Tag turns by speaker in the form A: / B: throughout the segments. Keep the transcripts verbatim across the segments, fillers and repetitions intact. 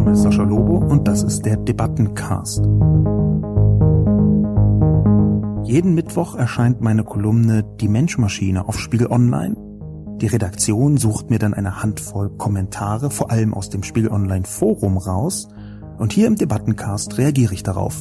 A: Name ist Sascha Lobo und das ist der Debattencast. Jeden Mittwoch erscheint meine Kolumne Die Mensch-Maschine auf Spiegel Online. Die Redaktion sucht mir dann eine Handvoll Kommentare, vor allem aus dem Spiegel Online Forum raus, und hier im Debattencast reagiere ich darauf.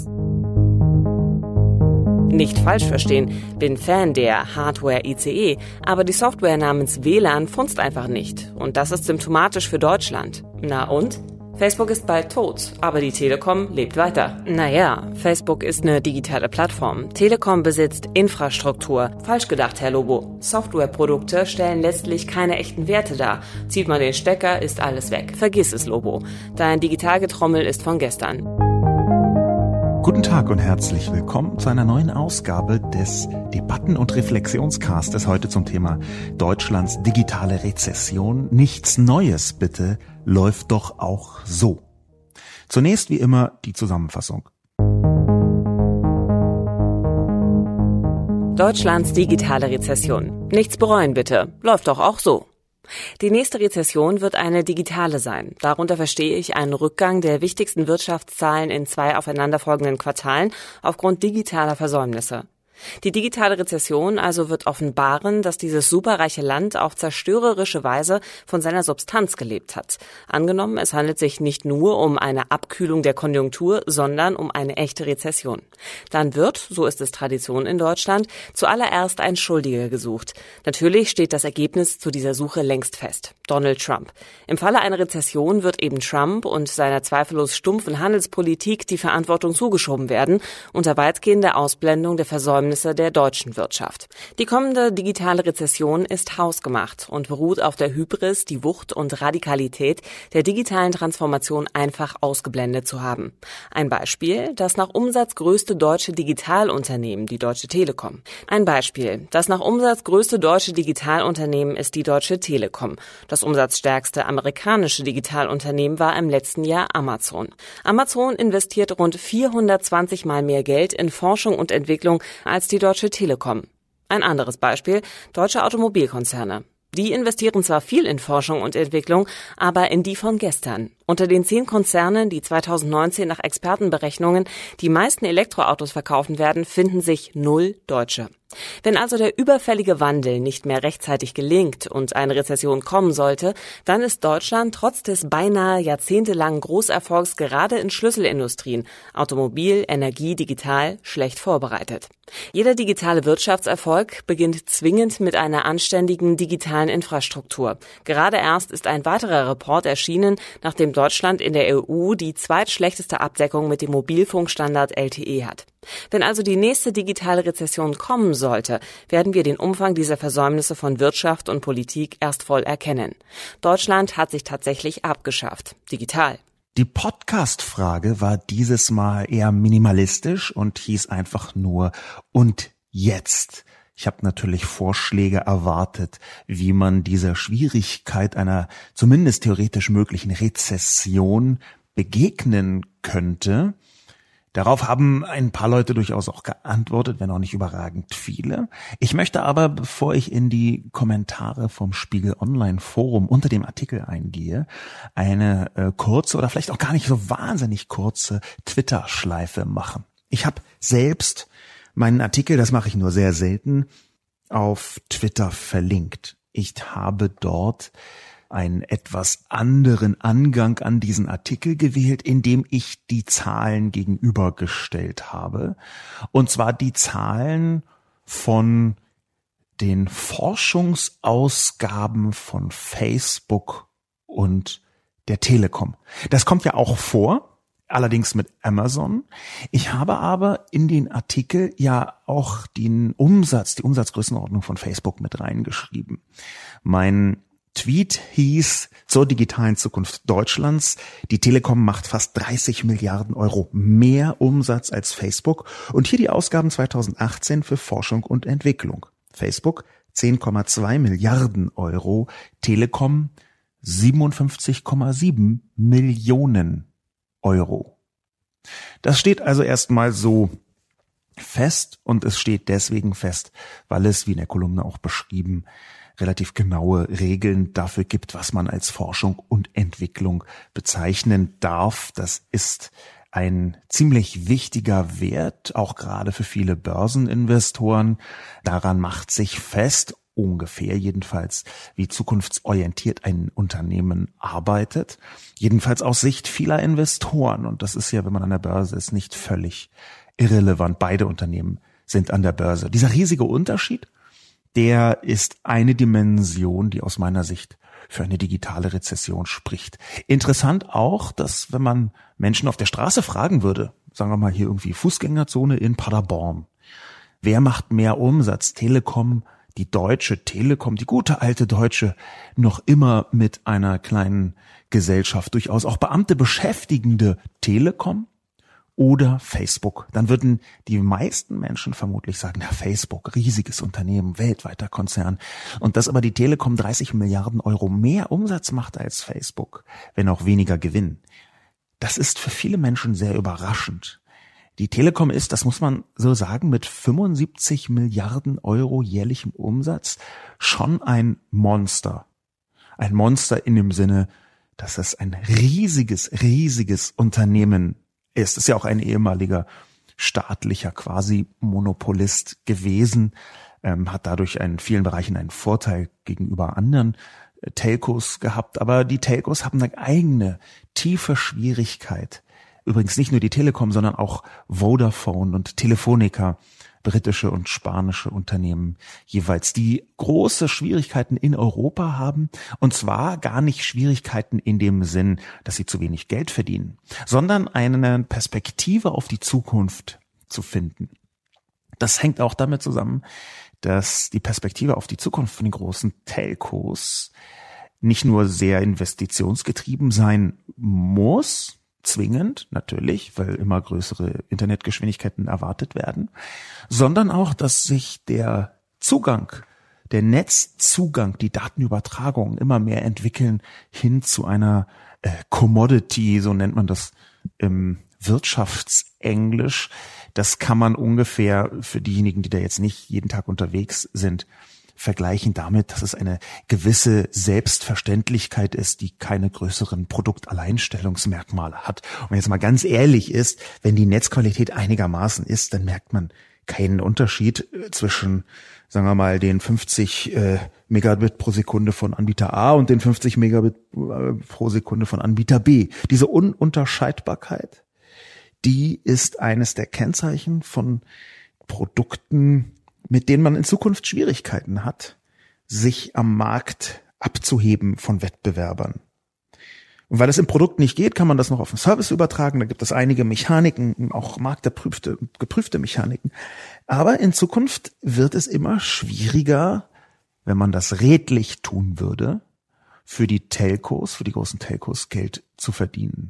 B: Nicht falsch verstehen, bin Fan der Hardware I C E, aber die Software namens W L A N funzt einfach nicht. Und das ist symptomatisch für Deutschland. Na und? Facebook ist bald tot, aber die Telekom lebt weiter. Naja, Facebook ist eine digitale Plattform. Telekom besitzt Infrastruktur. Falsch gedacht, Herr Lobo. Softwareprodukte stellen letztlich keine echten Werte dar. Zieht man den Stecker, ist alles weg. Vergiss es, Lobo. Dein Digitalgetrommel ist von gestern.
A: Guten Tag und herzlich willkommen zu einer neuen Ausgabe des Debatten- und Reflexionscastes. Heute zum Thema Deutschlands digitale Rezession. Nichts Neues, bitte, läuft doch auch so. Zunächst wie immer die Zusammenfassung.
B: Deutschlands digitale Rezession. Nichts bereuen, bitte. Läuft doch auch so. Die nächste Rezession wird eine digitale sein. Darunter verstehe ich einen Rückgang der wichtigsten Wirtschaftszahlen in zwei aufeinanderfolgenden Quartalen aufgrund digitaler Versäumnisse. Die digitale Rezession also wird offenbaren, dass dieses superreiche Land auf zerstörerische Weise von seiner Substanz gelebt hat. Angenommen, es handelt sich nicht nur um eine Abkühlung der Konjunktur, sondern um eine echte Rezession. Dann wird, so ist es Tradition in Deutschland, zuallererst ein Schuldiger gesucht. Natürlich steht das Ergebnis zu dieser Suche längst fest. Donald Trump. Im Falle einer Rezession wird eben Trump und seiner zweifellos stumpfen Handelspolitik die Verantwortung zugeschoben werden, unter weitgehender Ausblendung der Versäumnisse der deutschen Wirtschaft. Die kommende digitale Rezession ist hausgemacht und beruht auf der Hybris, die Wucht und Radikalität der digitalen Transformation einfach ausgeblendet zu haben. Ein Beispiel, das nach Umsatz größte deutsche Digitalunternehmen, die Deutsche Telekom. Ein Beispiel, das nach Umsatz größte deutsche Digitalunternehmen ist die Deutsche Telekom. Das umsatzstärkste amerikanische Digitalunternehmen war im letzten Jahr Amazon. Amazon investiert rund vierhundertzwanzig Mal mehr Geld in Forschung und Entwicklung als die Deutsche Telekom. Ein anderes Beispiel, deutsche Automobilkonzerne. Die investieren zwar viel in Forschung und Entwicklung, aber in die von gestern. Unter den zehn Konzernen, die zweitausendneunzehn nach Expertenberechnungen die meisten Elektroautos verkaufen werden, finden sich null Deutsche. Wenn also der überfällige Wandel nicht mehr rechtzeitig gelingt und eine Rezession kommen sollte, dann ist Deutschland trotz des beinahe jahrzehntelangen Großerfolgs gerade in Schlüsselindustrien, Automobil, Energie, Digital, schlecht vorbereitet. Jeder digitale Wirtschaftserfolg beginnt zwingend mit einer anständigen digitalen Infrastruktur. Gerade erst ist ein weiterer Report erschienen, nachdem Deutschland in der E U die zweitschlechteste Abdeckung mit dem Mobilfunkstandard L T E hat. Wenn also die nächste digitale Rezession kommen sollte, werden wir den Umfang dieser Versäumnisse von Wirtschaft und Politik erst voll erkennen. Deutschland hat sich tatsächlich abgeschafft. Digital.
A: Die Podcast-Frage war dieses Mal eher minimalistisch und hieß einfach nur „Und jetzt?". Ich habe natürlich Vorschläge erwartet, wie man dieser Schwierigkeit einer zumindest theoretisch möglichen Rezession begegnen könnte. Darauf haben ein paar Leute durchaus auch geantwortet, wenn auch nicht überragend viele. Ich möchte aber, bevor ich in die Kommentare vom Spiegel Online Forum unter dem Artikel eingehe, eine äh, kurze oder vielleicht auch gar nicht so wahnsinnig kurze Twitter-Schleife machen. Ich habe selbst meinen Artikel, das mache ich nur sehr selten, auf Twitter verlinkt. Ich habe dort einen etwas anderen Angang an diesen Artikel gewählt, indem ich die Zahlen gegenübergestellt habe. Und zwar die Zahlen von den Forschungsausgaben von Facebook und der Telekom. Das kommt ja auch vor, allerdings mit Amazon. Ich habe aber in den Artikel ja auch den Umsatz, die Umsatzgrößenordnung von Facebook mit reingeschrieben. Mein Tweet hieß zur digitalen Zukunft Deutschlands: Die Telekom macht fast dreißig Milliarden Euro mehr Umsatz als Facebook. Und hier die Ausgaben zweitausendachtzehn für Forschung und Entwicklung. Facebook zehn Komma zwei Milliarden Euro, Telekom siebenundfünfzig Komma sieben Millionen Euro. Das steht also erstmal so fest, und es steht deswegen fest, weil es, wie in der Kolumne auch beschrieben, relativ genaue Regeln dafür gibt, was man als Forschung und Entwicklung bezeichnen darf. Das ist ein ziemlich wichtiger Wert, auch gerade für viele Börseninvestoren. Daran macht sich fest, ungefähr jedenfalls, wie zukunftsorientiert ein Unternehmen arbeitet. Jedenfalls aus Sicht vieler Investoren. Und das ist ja, wenn man an der Börse ist, nicht völlig irrelevant. Beide Unternehmen sind an der Börse. Dieser riesige Unterschied, der ist eine Dimension, die aus meiner Sicht für eine digitale Rezession spricht. Interessant auch, dass wenn man Menschen auf der Straße fragen würde, sagen wir mal hier irgendwie Fußgängerzone in Paderborn, wer macht mehr Umsatz? Telekom, die Deutsche Telekom, die gute alte Deutsche, noch immer mit einer kleinen Gesellschaft, durchaus auch Beamte beschäftigende Telekom oder Facebook. Dann würden die meisten Menschen vermutlich sagen, ja, Facebook, riesiges Unternehmen, weltweiter Konzern. Und dass aber die Telekom dreißig Milliarden Euro mehr Umsatz macht als Facebook, wenn auch weniger Gewinn. Das ist für viele Menschen sehr überraschend. Die Telekom ist, das muss man so sagen, mit fünfundsiebzig Milliarden Euro jährlichem Umsatz schon ein Monster. Ein Monster in dem Sinne, dass es ein riesiges, riesiges Unternehmen ist. Ist ja auch ein ehemaliger staatlicher quasi Monopolist gewesen, ähm, hat dadurch in vielen Bereichen einen Vorteil gegenüber anderen äh, Telcos gehabt. Aber die Telcos haben eine eigene, tiefe Schwierigkeit. Übrigens nicht nur die Telekom, sondern auch Vodafone und Telefonica, britische und spanische Unternehmen jeweils, die große Schwierigkeiten in Europa haben. Und zwar gar nicht Schwierigkeiten in dem Sinn, dass sie zu wenig Geld verdienen, sondern eine Perspektive auf die Zukunft zu finden. Das hängt auch damit zusammen, dass die Perspektive auf die Zukunft von den großen Telcos nicht nur sehr investitionsgetrieben sein muss, zwingend, natürlich, weil immer größere Internetgeschwindigkeiten erwartet werden, sondern auch, dass sich der Zugang, der Netzzugang, die Datenübertragung immer mehr entwickeln hin zu einer äh, Commodity, so nennt man das im Wirtschaftsenglisch. Das kann man ungefähr für diejenigen, die da jetzt nicht jeden Tag unterwegs sind, vergleichen damit, dass es eine gewisse Selbstverständlichkeit ist, die keine größeren Produktalleinstellungsmerkmale hat. Und wenn jetzt mal ganz ehrlich ist, wenn die Netzqualität einigermaßen ist, dann merkt man keinen Unterschied zwischen, sagen wir mal, den fünfzig äh, Megabit pro Sekunde von Anbieter A und den fünfzig Megabit äh, pro Sekunde von Anbieter B. Diese Ununterscheidbarkeit, die ist eines der Kennzeichen von Produkten, mit denen man in Zukunft Schwierigkeiten hat, sich am Markt abzuheben von Wettbewerbern. Und weil es im Produkt nicht geht, kann man das noch auf den Service übertragen. Da gibt es einige Mechaniken, auch marktgeprüfte, geprüfte Mechaniken. Aber in Zukunft wird es immer schwieriger, wenn man das redlich tun würde, für die Telcos, für die großen Telcos Geld zu verdienen.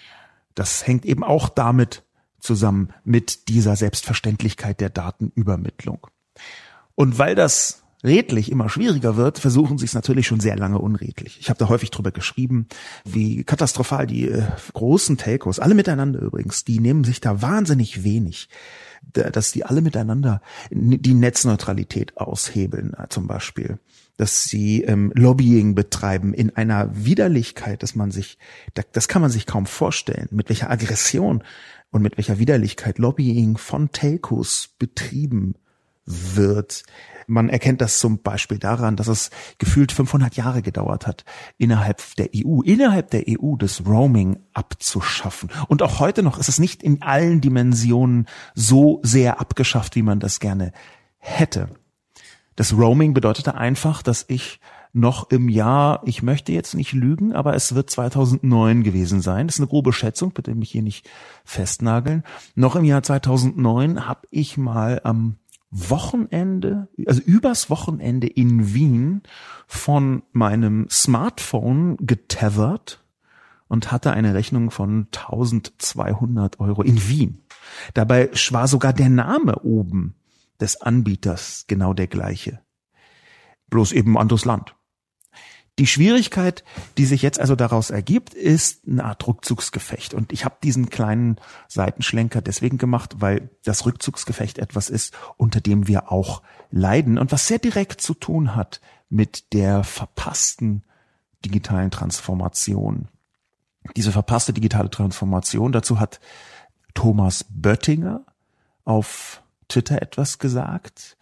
A: Das hängt eben auch damit zusammen mit dieser Selbstverständlichkeit der Datenübermittlung. Und weil das redlich immer schwieriger wird, versuchen sie es natürlich schon sehr lange unredlich. Ich habe da häufig drüber geschrieben, wie katastrophal die äh, großen Telcos, alle miteinander übrigens, die nehmen sich da wahnsinnig wenig, dass die alle miteinander die Netzneutralität aushebeln, äh, zum Beispiel, dass sie ähm, Lobbying betreiben in einer Widerlichkeit, dass man sich, das kann man sich kaum vorstellen, mit welcher Aggression und mit welcher Widerlichkeit Lobbying von Telcos betrieben wird. Man erkennt das zum Beispiel daran, dass es gefühlt fünfhundert Jahre gedauert hat, innerhalb der E U, innerhalb der E U das Roaming abzuschaffen. Und auch heute noch ist es nicht in allen Dimensionen so sehr abgeschafft, wie man das gerne hätte. Das Roaming bedeutete einfach, dass ich noch im Jahr, ich möchte jetzt nicht lügen, aber es wird zweitausendneun gewesen sein. Das ist eine grobe Schätzung, bitte mich hier nicht festnageln. Noch im Jahr zweitausendneun habe ich mal am Wochenende, also übers Wochenende in Wien von meinem Smartphone getethert und hatte eine Rechnung von eintausendzweihundert Euro in Wien. Dabei war sogar der Name oben des Anbieters genau der gleiche. Bloß eben ein anderes Land. Die Schwierigkeit, die sich jetzt also daraus ergibt, ist eine Art Rückzugsgefecht. Und ich habe diesen kleinen Seitenschlenker deswegen gemacht, weil das Rückzugsgefecht etwas ist, unter dem wir auch leiden und was sehr direkt zu tun hat mit der verpassten digitalen Transformation. Diese verpasste digitale Transformation, dazu hat Thomas Böttinger auf Twitter etwas gesagt.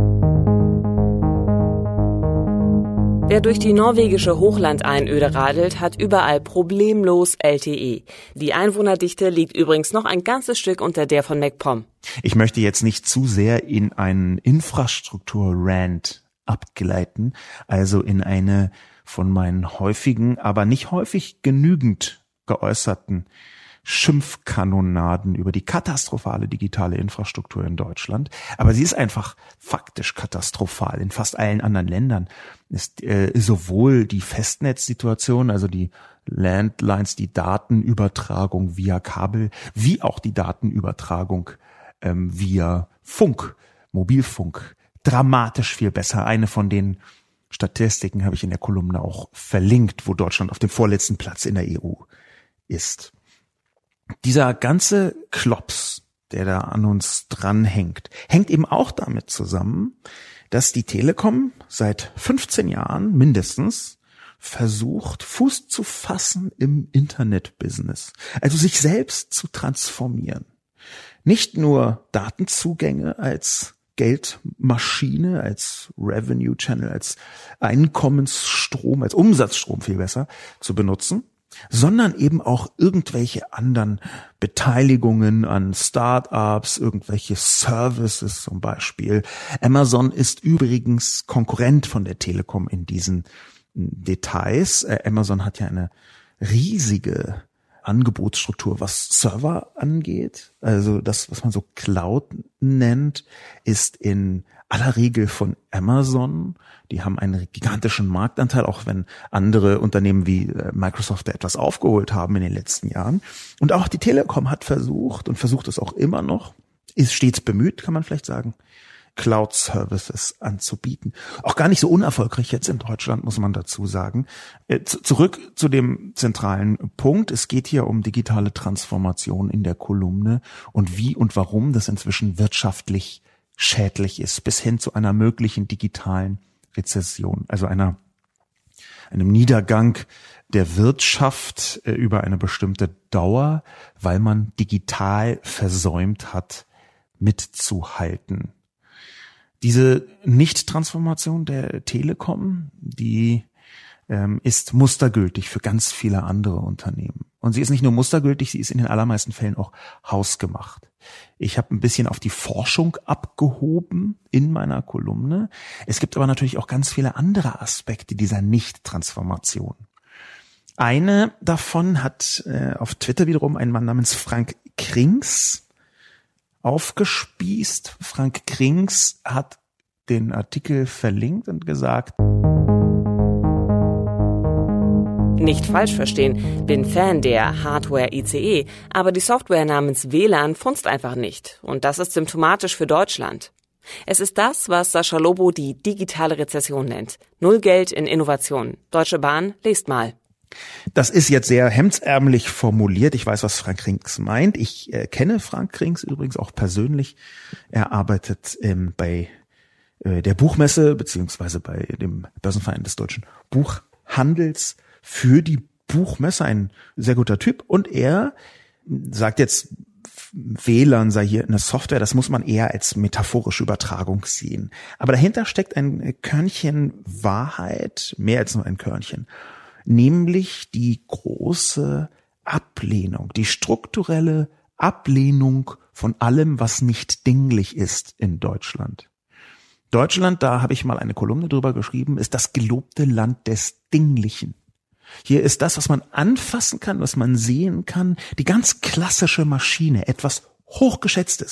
B: Wer durch die norwegische Hochlandeinöde radelt, hat überall problemlos L T E. Die Einwohnerdichte liegt übrigens noch ein ganzes Stück unter der von MacPom.
A: Ich möchte jetzt nicht zu sehr in einen Infrastruktur-Rant abgleiten, also in eine von meinen häufigen, aber nicht häufig genügend geäußerten Schimpfkanonaden über die katastrophale digitale Infrastruktur in Deutschland. Aber sie ist einfach faktisch katastrophal. In fast allen anderen Ländern ist äh, sowohl die Festnetzsituation, also die Landlines, die Datenübertragung via Kabel, wie auch die Datenübertragung ähm, via Funk, Mobilfunk, dramatisch viel besser. Eine von den Statistiken habe ich in der Kolumne auch verlinkt, wo Deutschland auf dem vorletzten Platz in der E U ist. Dieser ganze Klops, der da an uns dranhängt, hängt eben auch damit zusammen, dass die Telekom seit fünfzehn Jahren mindestens versucht, Fuß zu fassen im Internetbusiness, also sich selbst zu transformieren. Nicht nur Datenzugänge als Geldmaschine, als Revenue Channel, als Einkommensstrom, als Umsatzstrom viel besser zu benutzen, sondern eben auch irgendwelche anderen Beteiligungen an Start-ups, irgendwelche Services zum Beispiel. Amazon ist übrigens Konkurrent von der Telekom in diesen Details. Äh, Amazon hat ja eine riesige Angebotsstruktur, was Server angeht. Also das, was man so Cloud nennt, ist in aller Regel von Amazon. Die haben einen gigantischen Marktanteil, auch wenn andere Unternehmen wie Microsoft da etwas aufgeholt haben in den letzten Jahren. Und auch die Telekom hat versucht und versucht es auch immer noch, ist stets bemüht, kann man vielleicht sagen, Cloud-Services anzubieten. Auch gar nicht so unerfolgreich jetzt in Deutschland, muss man dazu sagen. Zurück zu dem zentralen Punkt. Es geht hier um digitale Transformation in der Kolumne und wie und warum das inzwischen wirtschaftlich schädlich ist, bis hin zu einer möglichen digitalen Rezession, also einer einem Niedergang der Wirtschaft über eine bestimmte Dauer, weil man digital versäumt hat, mitzuhalten. Diese Nicht-Transformation der Telekom, die ähm, ist mustergültig für ganz viele andere Unternehmen. Und sie ist nicht nur mustergültig, sie ist in den allermeisten Fällen auch hausgemacht. Ich habe ein bisschen auf die Forschung abgehoben in meiner Kolumne. Es gibt aber natürlich auch ganz viele andere Aspekte dieser Nicht-Transformation. Eine davon hat äh, auf Twitter wiederum ein Mann namens Frank Krings aufgespießt. Frank Krings hat den Artikel verlinkt und gesagt:
B: Nicht falsch verstehen, bin Fan der Hardware-I C E, aber die Software namens W L A N funzt einfach nicht. Und das ist symptomatisch für Deutschland. Es ist das, was Sascha Lobo die digitale Rezession nennt. Null Geld in Innovation. Deutsche Bahn, lest mal.
A: Das ist jetzt sehr hemdsärmlich formuliert. Ich weiß, was Frank Krings meint. Ich äh, kenne Frank Krings übrigens auch persönlich. Er arbeitet ähm, bei äh, der Buchmesse beziehungsweise bei dem Börsenverein des deutschen Buchhandels für die Buchmesse. Ein sehr guter Typ. Und er sagt jetzt, W L A N sei hier eine Software. Das muss man eher als metaphorische Übertragung sehen. Aber dahinter steckt ein Körnchen Wahrheit, mehr als nur ein Körnchen. Nämlich die große Ablehnung, die strukturelle Ablehnung von allem, was nicht dinglich ist in Deutschland. Deutschland, da habe ich mal eine Kolumne drüber geschrieben, ist das gelobte Land des Dinglichen. Hier ist das, was man anfassen kann, was man sehen kann, die ganz klassische Maschine, etwas Hochgeschätztes.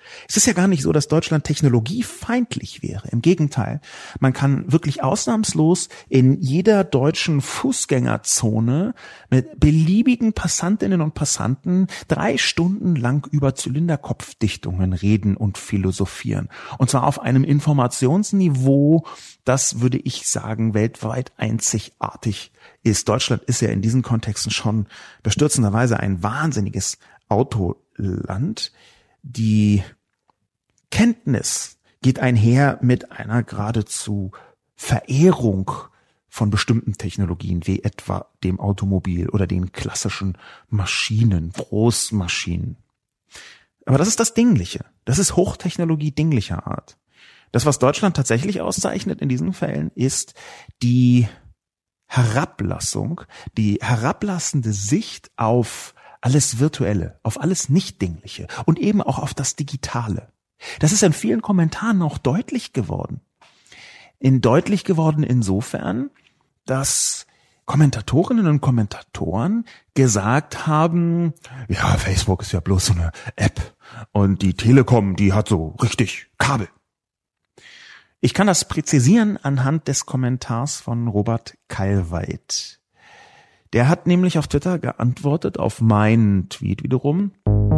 A: Es ist ja gar nicht so, dass Deutschland technologiefeindlich wäre. Im Gegenteil, man kann wirklich ausnahmslos in jeder deutschen Fußgängerzone mit beliebigen Passantinnen und Passanten drei Stunden lang über Zylinderkopfdichtungen reden und philosophieren. Und zwar auf einem Informationsniveau, das, würde ich sagen, weltweit einzigartig ist. Deutschland ist ja in diesen Kontexten schon bestürzenderweise ein wahnsinniges Autoland. Die Kenntnis geht einher mit einer geradezu Verehrung von bestimmten Technologien, wie etwa dem Automobil oder den klassischen Maschinen, Großmaschinen. Aber das ist das Dingliche. Das ist Hochtechnologie dinglicher Art. Das, was Deutschland tatsächlich auszeichnet in diesen Fällen, ist die Herablassung, die herablassende Sicht auf alles Virtuelle, auf alles Nicht-Dingliche und eben auch auf das Digitale. Das ist in vielen Kommentaren auch deutlich geworden. In deutlich geworden insofern, dass Kommentatorinnen und Kommentatoren gesagt haben, ja, Facebook ist ja bloß so eine App und die Telekom, die hat so richtig Kabel. Ich kann das präzisieren anhand des Kommentars von Robert Kalweit. Der hat nämlich auf Twitter geantwortet auf meinen Tweet wiederum.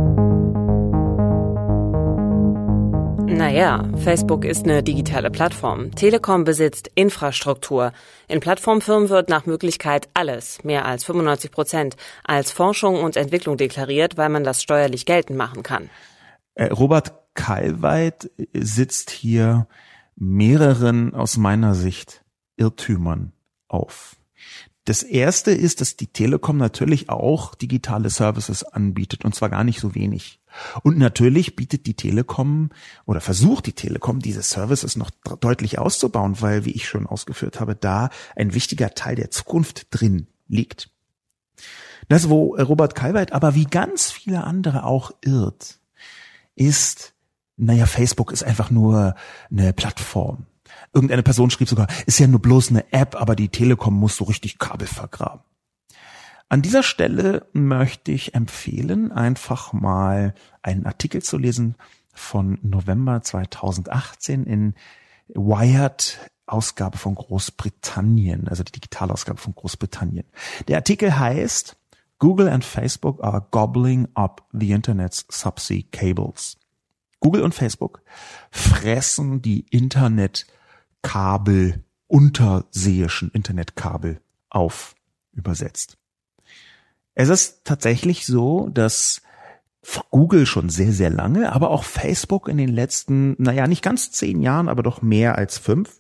B: Naja, Facebook ist eine digitale Plattform. Telekom besitzt Infrastruktur. In Plattformfirmen wird nach Möglichkeit alles, mehr als fünfundneunzig Prozent, als Forschung und Entwicklung deklariert, weil man das steuerlich geltend machen kann.
A: Äh, Robert Kalweit sitzt hier mehreren, aus meiner Sicht, Irrtümern auf. Das erste ist, dass die Telekom natürlich auch digitale Services anbietet, und zwar gar nicht so wenig. Und natürlich bietet die Telekom oder versucht die Telekom, diese Services noch deutlich auszubauen, weil, wie ich schon ausgeführt habe, da ein wichtiger Teil der Zukunft drin liegt. Das, wo Robert Kalweit aber wie ganz viele andere auch irrt, ist, naja, Facebook ist einfach nur eine Plattform. Irgendeine Person schrieb sogar, ist ja nur bloß eine App, aber die Telekom muss so richtig Kabel vergraben. An dieser Stelle möchte ich empfehlen, einfach mal einen Artikel zu lesen von November zweitausendachtzehn in Wired, Ausgabe von Großbritannien, also die Digitalausgabe von Großbritannien. Der Artikel heißt Google and Facebook are gobbling up the Internet's subsea cables. Google und Facebook fressen die Internetkabel, unterseeischen Internetkabel auf, übersetzt. Es ist tatsächlich so, dass Google schon sehr, sehr lange, aber auch Facebook in den letzten, naja, nicht ganz zehn Jahren, aber doch mehr als fünf,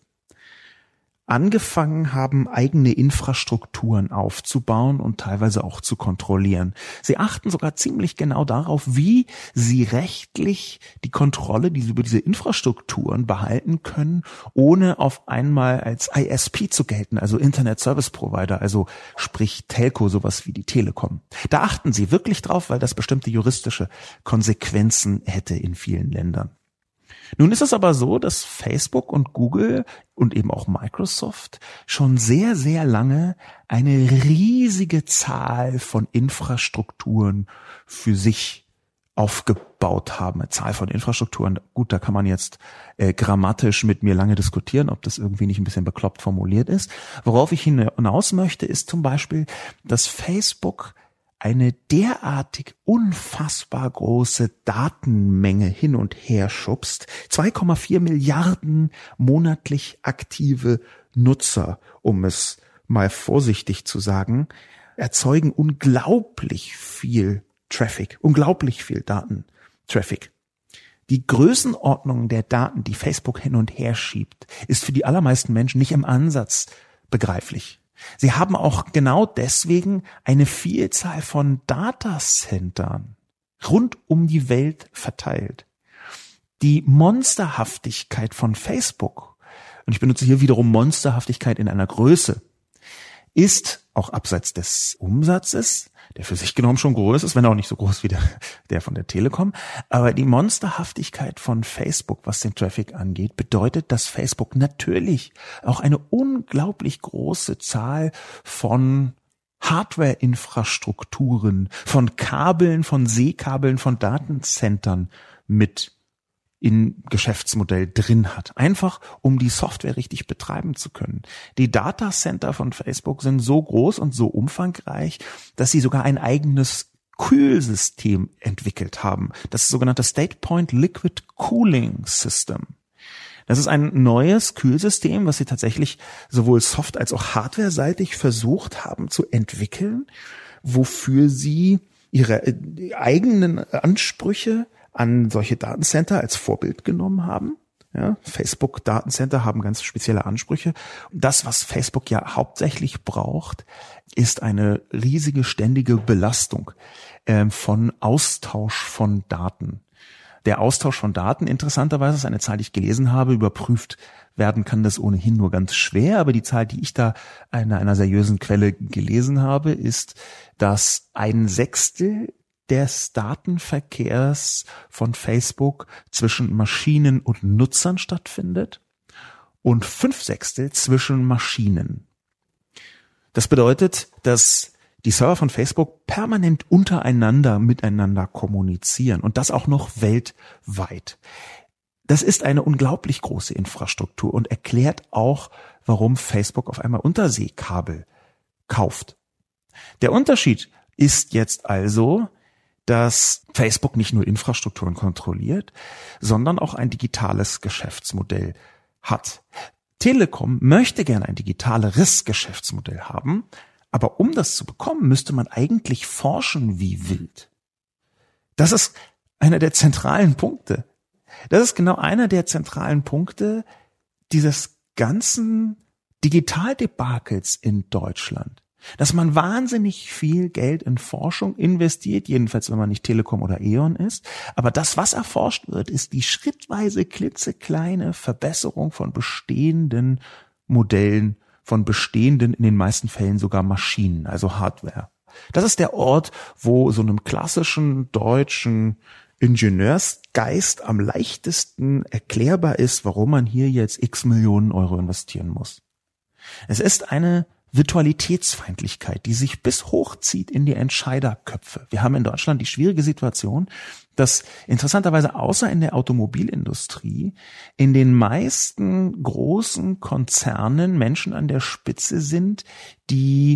A: angefangen haben, eigene Infrastrukturen aufzubauen und teilweise auch zu kontrollieren. Sie achten sogar ziemlich genau darauf, wie sie rechtlich die Kontrolle die sie über diese Infrastrukturen behalten können, ohne auf einmal als I S P zu gelten, also Internet Service Provider, also sprich Telco, sowas wie die Telekom. Da achten sie wirklich drauf, weil das bestimmte juristische Konsequenzen hätte in vielen Ländern. Nun ist es aber so, dass Facebook und Google und eben auch Microsoft schon sehr, sehr lange eine riesige Zahl von Infrastrukturen für sich aufgebaut haben. Eine Zahl von Infrastrukturen, gut, da kann man jetzt äh, grammatisch mit mir lange diskutieren, ob das irgendwie nicht ein bisschen bekloppt formuliert ist. Worauf ich hinaus möchte, ist zum Beispiel, dass Facebook eine derartig unfassbar große Datenmenge hin und her schubst. zwei Komma vier Milliarden monatlich aktive Nutzer, um es mal vorsichtig zu sagen, erzeugen unglaublich viel Traffic, unglaublich viel Datentraffic. Die Größenordnung der Daten, die Facebook hin und her schiebt, ist für die allermeisten Menschen nicht im Ansatz begreiflich. Sie haben auch genau deswegen eine Vielzahl von Datacentern rund um die Welt verteilt. Die Monsterhaftigkeit von Facebook, und ich benutze hier wiederum Monsterhaftigkeit in einer Größe, ist auch abseits des Umsatzes, der für sich genommen schon groß ist, wenn auch nicht so groß wie der, der von der Telekom, aber die Monsterhaftigkeit von Facebook, was den Traffic angeht, bedeutet, dass Facebook natürlich auch eine unglaublich große Zahl von Hardware-Infrastrukturen, von Kabeln, von Seekabeln, von Datenzentren mit im Geschäftsmodell drin hat. Einfach, um die Software richtig betreiben zu können. Die Datacenter von Facebook sind so groß und so umfangreich, dass sie sogar ein eigenes Kühlsystem entwickelt haben. Das sogenannte State Point Liquid Cooling System. Das ist ein neues Kühlsystem, was sie tatsächlich sowohl soft- als auch hardware-seitig versucht haben zu entwickeln, wofür sie ihre eigenen Ansprüche an solche Datencenter als Vorbild genommen haben. Ja, Facebook-Datencenter haben ganz spezielle Ansprüche. Das, was Facebook ja hauptsächlich braucht, ist eine riesige, ständige Belastung äh, von Austausch von Daten. Der Austausch von Daten, interessanterweise, ist eine Zahl, die ich gelesen habe, überprüft werden kann das ohnehin nur ganz schwer, aber die Zahl, die ich da in einer seriösen Quelle gelesen habe, ist, dass ein Sechstel des Datenverkehrs von Facebook zwischen Maschinen und Nutzern stattfindet und fünf Sechstel zwischen Maschinen. Das bedeutet, dass die Server von Facebook permanent untereinander miteinander kommunizieren und das auch noch weltweit. Das ist eine unglaublich große Infrastruktur und erklärt auch, warum Facebook auf einmal Unterseekabel kauft. Der Unterschied ist jetzt also, dass Facebook nicht nur Infrastrukturen kontrolliert, sondern auch ein digitales Geschäftsmodell hat. Telekom möchte gerne ein digitaleres Geschäftsmodell haben, aber um das zu bekommen, müsste man eigentlich forschen wie wild. Das ist einer der zentralen Punkte. Das ist genau einer der zentralen Punkte dieses ganzen Digitaldebakels in Deutschland. Dass man wahnsinnig viel Geld in Forschung investiert, jedenfalls wenn man nicht Telekom oder E.ON ist. Aber das, was erforscht wird, ist die schrittweise klitzekleine Verbesserung von bestehenden Modellen, von bestehenden, in den meisten Fällen sogar Maschinen, also Hardware. Das ist der Ort, wo so einem klassischen deutschen Ingenieursgeist am leichtesten erklärbar ist, warum man hier jetzt x Millionen Euro investieren muss. Es ist eine Virtualitätsfeindlichkeit, die sich bis hochzieht in die Entscheiderköpfe. Wir haben in Deutschland die schwierige Situation, dass interessanterweise außer in der Automobilindustrie in den meisten großen Konzernen Menschen an der Spitze sind, die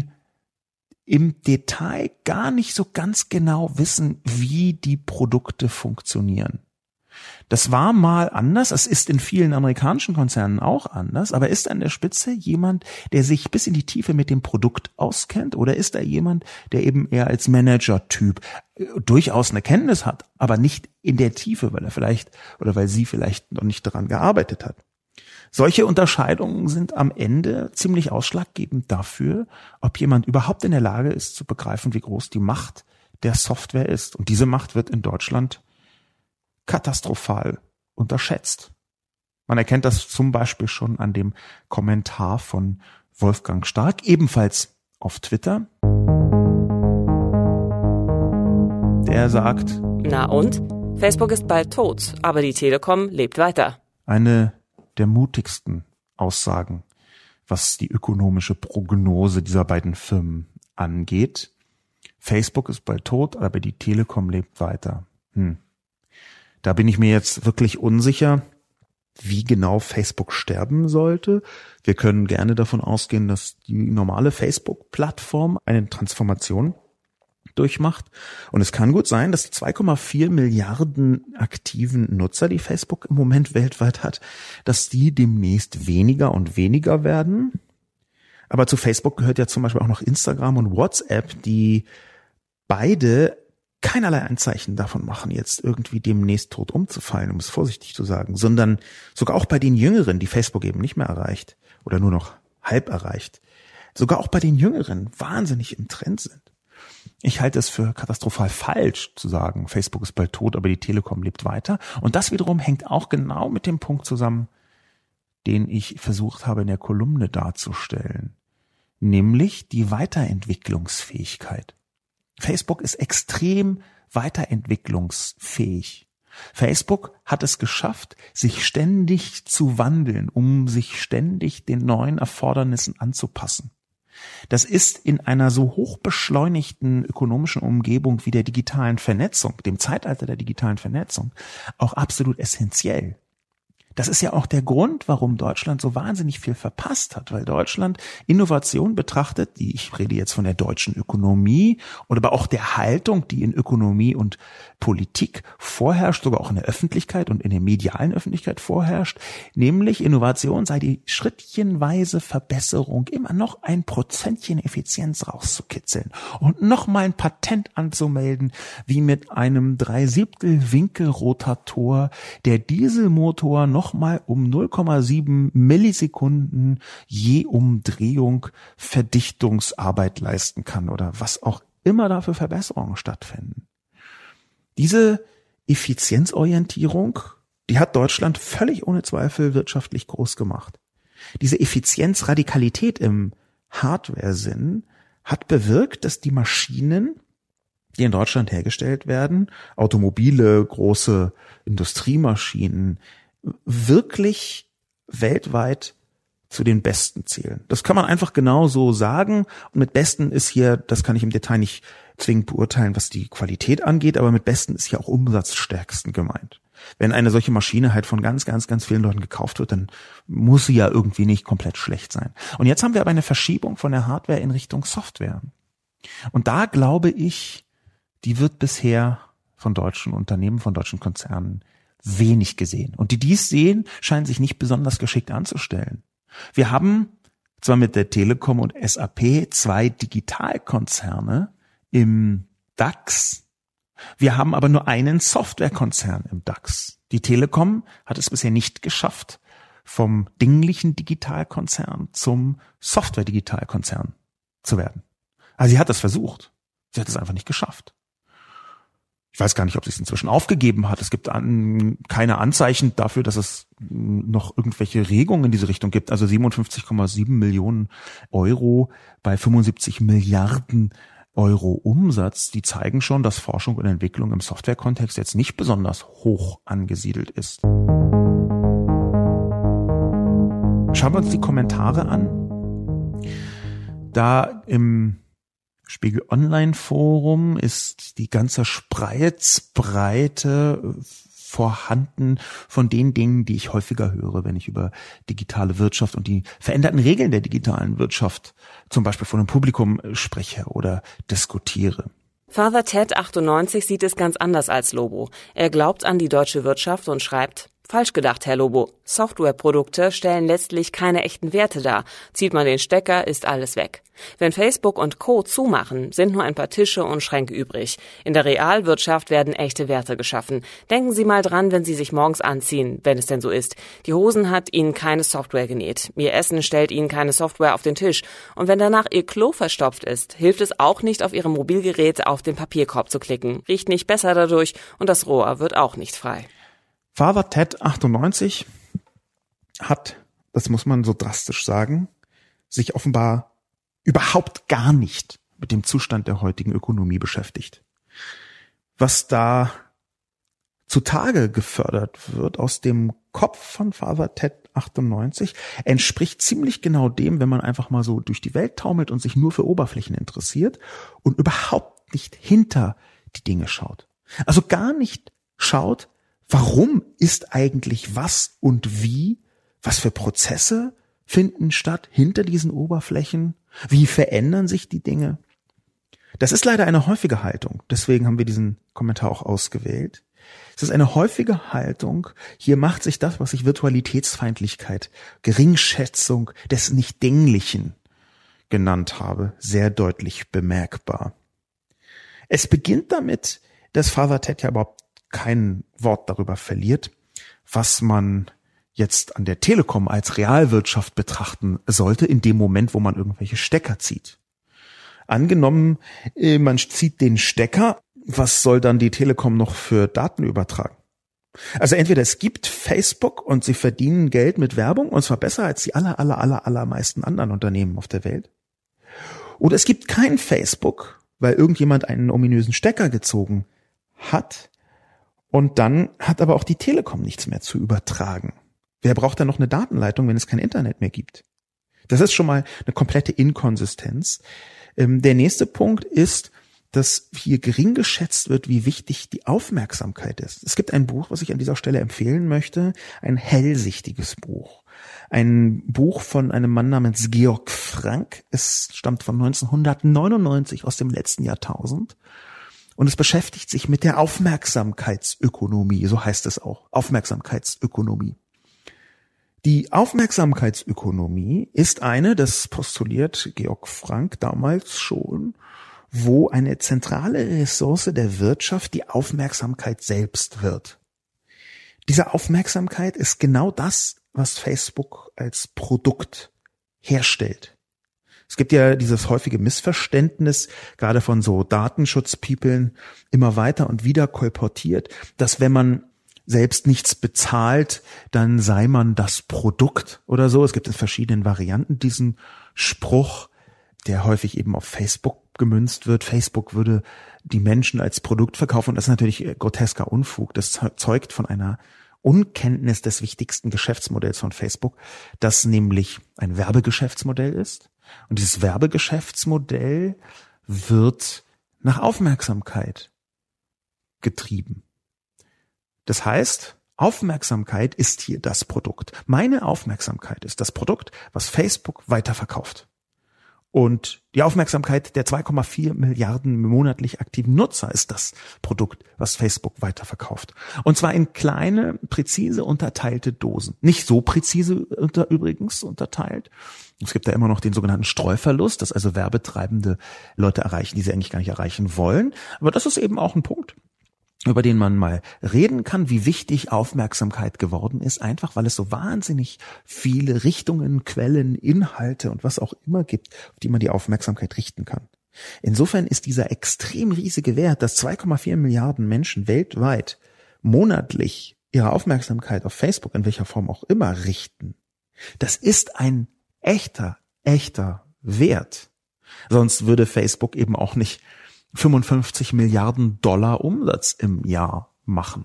A: im Detail gar nicht so ganz genau wissen, wie die Produkte funktionieren. Das war mal anders, es ist in vielen amerikanischen Konzernen auch anders, aber ist an der Spitze jemand, der sich bis in die Tiefe mit dem Produkt auskennt, oder ist da jemand, der eben eher als Manager-Typ durchaus eine Kenntnis hat, aber nicht in der Tiefe, weil er vielleicht oder weil sie vielleicht noch nicht daran gearbeitet hat? Solche Unterscheidungen sind am Ende ziemlich ausschlaggebend dafür, ob jemand überhaupt in der Lage ist zu begreifen, wie groß die Macht der Software ist. Und diese Macht wird in Deutschland katastrophal unterschätzt. Man erkennt das zum Beispiel schon an dem Kommentar von Wolfgang Stark, ebenfalls auf Twitter. Der sagt:
B: Na und? Facebook ist bald tot, aber die Telekom lebt weiter.
A: Eine der mutigsten Aussagen, was die ökonomische Prognose dieser beiden Firmen angeht. Facebook ist bald tot, aber die Telekom lebt weiter. Hm. Da bin ich mir jetzt wirklich unsicher, wie genau Facebook sterben sollte. Wir können gerne davon ausgehen, dass die normale Facebook-Plattform eine Transformation durchmacht. Und es kann gut sein, dass die zwei Komma vier Milliarden aktiven Nutzer, die Facebook im Moment weltweit hat, dass die demnächst weniger und weniger werden. Aber zu Facebook gehört ja zum Beispiel auch noch Instagram und WhatsApp, die beide keinerlei Anzeichen davon machen, jetzt irgendwie demnächst tot umzufallen, um es vorsichtig zu sagen, sondern sogar auch bei den Jüngeren, die Facebook eben nicht mehr erreicht oder nur noch halb erreicht, sogar auch bei den Jüngeren wahnsinnig im Trend sind. Ich halte es für katastrophal falsch zu sagen, Facebook ist bald tot, aber die Telekom lebt weiter. Und das wiederum hängt auch genau mit dem Punkt zusammen, den ich versucht habe in der Kolumne darzustellen, nämlich die Weiterentwicklungsfähigkeit. Facebook ist extrem weiterentwicklungsfähig. Facebook hat es geschafft, sich ständig zu wandeln, um sich ständig den neuen Erfordernissen anzupassen. Das ist in einer so hochbeschleunigten ökonomischen Umgebung wie der digitalen Vernetzung, dem Zeitalter der digitalen Vernetzung, auch absolut essentiell. Das ist ja auch der Grund, warum Deutschland so wahnsinnig viel verpasst hat, weil Deutschland Innovation betrachtet, die, ich rede jetzt von der deutschen Ökonomie oder aber auch der Haltung, die in Ökonomie und Politik vorherrscht, sogar auch in der Öffentlichkeit und in der medialen Öffentlichkeit vorherrscht, nämlich Innovation sei die schrittchenweise Verbesserung, immer noch ein Prozentchen Effizienz rauszukitzeln und nochmal ein Patent anzumelden, wie mit einem Dreisiebtel-Winkelrotator der Dieselmotor noch mal um null Komma sieben Millisekunden je Umdrehung Verdichtungsarbeit leisten kann oder was auch immer da für Verbesserungen stattfinden. Diese Effizienzorientierung, die hat Deutschland völlig ohne Zweifel wirtschaftlich groß gemacht. Diese Effizienzradikalität im Hardware-Sinn hat bewirkt, dass die Maschinen, die in Deutschland hergestellt werden, Automobile, große Industriemaschinen, wirklich weltweit zu den Besten zählen. Das kann man einfach genau so sagen. Und mit Besten ist hier, das kann ich im Detail nicht zwingend beurteilen, was die Qualität angeht, aber mit Besten ist hier auch umsatzstärksten gemeint. Wenn eine solche Maschine halt von ganz, ganz, ganz vielen Leuten gekauft wird, dann muss sie ja irgendwie nicht komplett schlecht sein. Und jetzt haben wir aber eine Verschiebung von der Hardware in Richtung Software. Und da glaube ich, die wird bisher von deutschen Unternehmen, von deutschen Konzernen wenig gesehen. Und die dies sehen, scheinen sich nicht besonders geschickt anzustellen. Wir haben zwar mit der Telekom und S A P zwei Digitalkonzerne im DAX, wir haben aber nur einen Softwarekonzern im DAX. Die Telekom hat es bisher nicht geschafft, vom dinglichen Digitalkonzern zum Software-Digitalkonzern zu werden. Also sie hat das versucht. Sie hat es einfach nicht geschafft. Ich weiß gar nicht, ob sie es inzwischen aufgegeben hat. Es gibt an, keine Anzeichen dafür, dass es noch irgendwelche Regungen in diese Richtung gibt. Also siebenundfünfzig Komma sieben Millionen Euro bei fünfundsiebzig Milliarden Euro Umsatz, die zeigen schon, dass Forschung und Entwicklung im Softwarekontext jetzt nicht besonders hoch angesiedelt ist. Schauen wir uns die Kommentare an. Da im Spiegel Online Forum ist die ganze Spreizbreite vorhanden von den Dingen, die ich häufiger höre, wenn ich über digitale Wirtschaft und die veränderten Regeln der digitalen Wirtschaft zum Beispiel vor einem Publikum spreche oder diskutiere.
B: Father Ted achtundneunzig sieht es ganz anders als Lobo. Er glaubt an die deutsche Wirtschaft und schreibt: Falsch gedacht, Herr Lobo. Softwareprodukte stellen letztlich keine echten Werte dar. Zieht man den Stecker, ist alles weg. Wenn Facebook und Co. zumachen, sind nur ein paar Tische und Schränke übrig. In der Realwirtschaft werden echte Werte geschaffen. Denken Sie mal dran, wenn Sie sich morgens anziehen, wenn es denn so ist. Die Hosen hat Ihnen keine Software genäht. Ihr Essen stellt Ihnen keine Software auf den Tisch. Und wenn danach Ihr Klo verstopft ist, hilft es auch nicht, auf Ihrem Mobilgerät auf den Papierkorb zu klicken. Riecht nicht besser dadurch und das Rohr wird auch nicht frei.
A: Father Ted achtundneunzig hat, das muss man so drastisch sagen, sich offenbar überhaupt gar nicht mit dem Zustand der heutigen Ökonomie beschäftigt. Was da zutage gefördert wird aus dem Kopf von Father Ted achtundneunzig, entspricht ziemlich genau dem, wenn man einfach mal so durch die Welt taumelt und sich nur für Oberflächen interessiert und überhaupt nicht hinter die Dinge schaut. Also gar nicht schaut, warum ist eigentlich was und wie, was für Prozesse finden statt hinter diesen Oberflächen, wie verändern sich die Dinge. Das ist leider eine häufige Haltung, deswegen haben wir diesen Kommentar auch ausgewählt. Es ist eine häufige Haltung, hier macht sich das, was ich Virtualitätsfeindlichkeit, Geringschätzung des Nicht-Dinglichen genannt habe, sehr deutlich bemerkbar. Es beginnt damit, dass Father Ted ja überhaupt kein Wort darüber verliert, was man jetzt an der Telekom als Realwirtschaft betrachten sollte, in dem Moment, wo man irgendwelche Stecker zieht. Angenommen, man zieht den Stecker, was soll dann die Telekom noch für Daten übertragen? Also entweder es gibt Facebook und sie verdienen Geld mit Werbung, und zwar besser als die aller, aller, aller, allermeisten anderen Unternehmen auf der Welt. Oder es gibt kein Facebook, weil irgendjemand einen ominösen Stecker gezogen hat. Und dann hat aber auch die Telekom nichts mehr zu übertragen. Wer braucht dann noch eine Datenleitung, wenn es kein Internet mehr gibt? Das ist schon mal eine komplette Inkonsistenz. Ähm, der nächste Punkt ist, dass hier gering geschätzt wird, wie wichtig die Aufmerksamkeit ist. Es gibt ein Buch, was ich an dieser Stelle empfehlen möchte, ein hellsichtiges Buch. Ein Buch von einem Mann namens Georg Frank. Es stammt von neunzehnhundertneunundneunzig, aus dem letzten Jahrtausend. Und es beschäftigt sich mit der Aufmerksamkeitsökonomie, so heißt es auch, Aufmerksamkeitsökonomie. Die Aufmerksamkeitsökonomie ist eine, das postuliert Georg Frank damals schon, wo eine zentrale Ressource der Wirtschaft die Aufmerksamkeit selbst wird. Diese Aufmerksamkeit ist genau das, was Facebook als Produkt herstellt. Es gibt ja dieses häufige Missverständnis, gerade von so Datenschutzpeoplen, immer weiter und wieder kolportiert, dass wenn man selbst nichts bezahlt, dann sei man das Produkt oder so. Es gibt in verschiedenen Varianten diesen Spruch, der häufig eben auf Facebook gemünzt wird. Facebook würde die Menschen als Produkt verkaufen und das ist natürlich grotesker Unfug. Das zeugt von einer Unkenntnis des wichtigsten Geschäftsmodells von Facebook, das nämlich ein Werbegeschäftsmodell ist. Und dieses Werbegeschäftsmodell wird nach Aufmerksamkeit getrieben. Das heißt, Aufmerksamkeit ist hier das Produkt. Meine Aufmerksamkeit ist das Produkt, was Facebook weiterverkauft. Und die Aufmerksamkeit der zwei Komma vier Milliarden monatlich aktiven Nutzer ist das Produkt, was Facebook weiterverkauft. Und zwar in kleine, präzise unterteilte Dosen. Nicht so präzise unter, übrigens unterteilt. Es gibt da immer noch den sogenannten Streuverlust, dass also Werbetreibende Leute erreichen, die sie eigentlich gar nicht erreichen wollen. Aber das ist eben auch ein Punkt, über den man mal reden kann, wie wichtig Aufmerksamkeit geworden ist, einfach weil es so wahnsinnig viele Richtungen, Quellen, Inhalte und was auch immer gibt, auf die man die Aufmerksamkeit richten kann. Insofern ist dieser extrem riesige Wert, dass zwei Komma vier Milliarden Menschen weltweit monatlich ihre Aufmerksamkeit auf Facebook in welcher Form auch immer richten, das ist ein echter, echter Wert. Sonst würde Facebook eben auch nicht fünfundfünfzig Milliarden Dollar Umsatz im Jahr machen.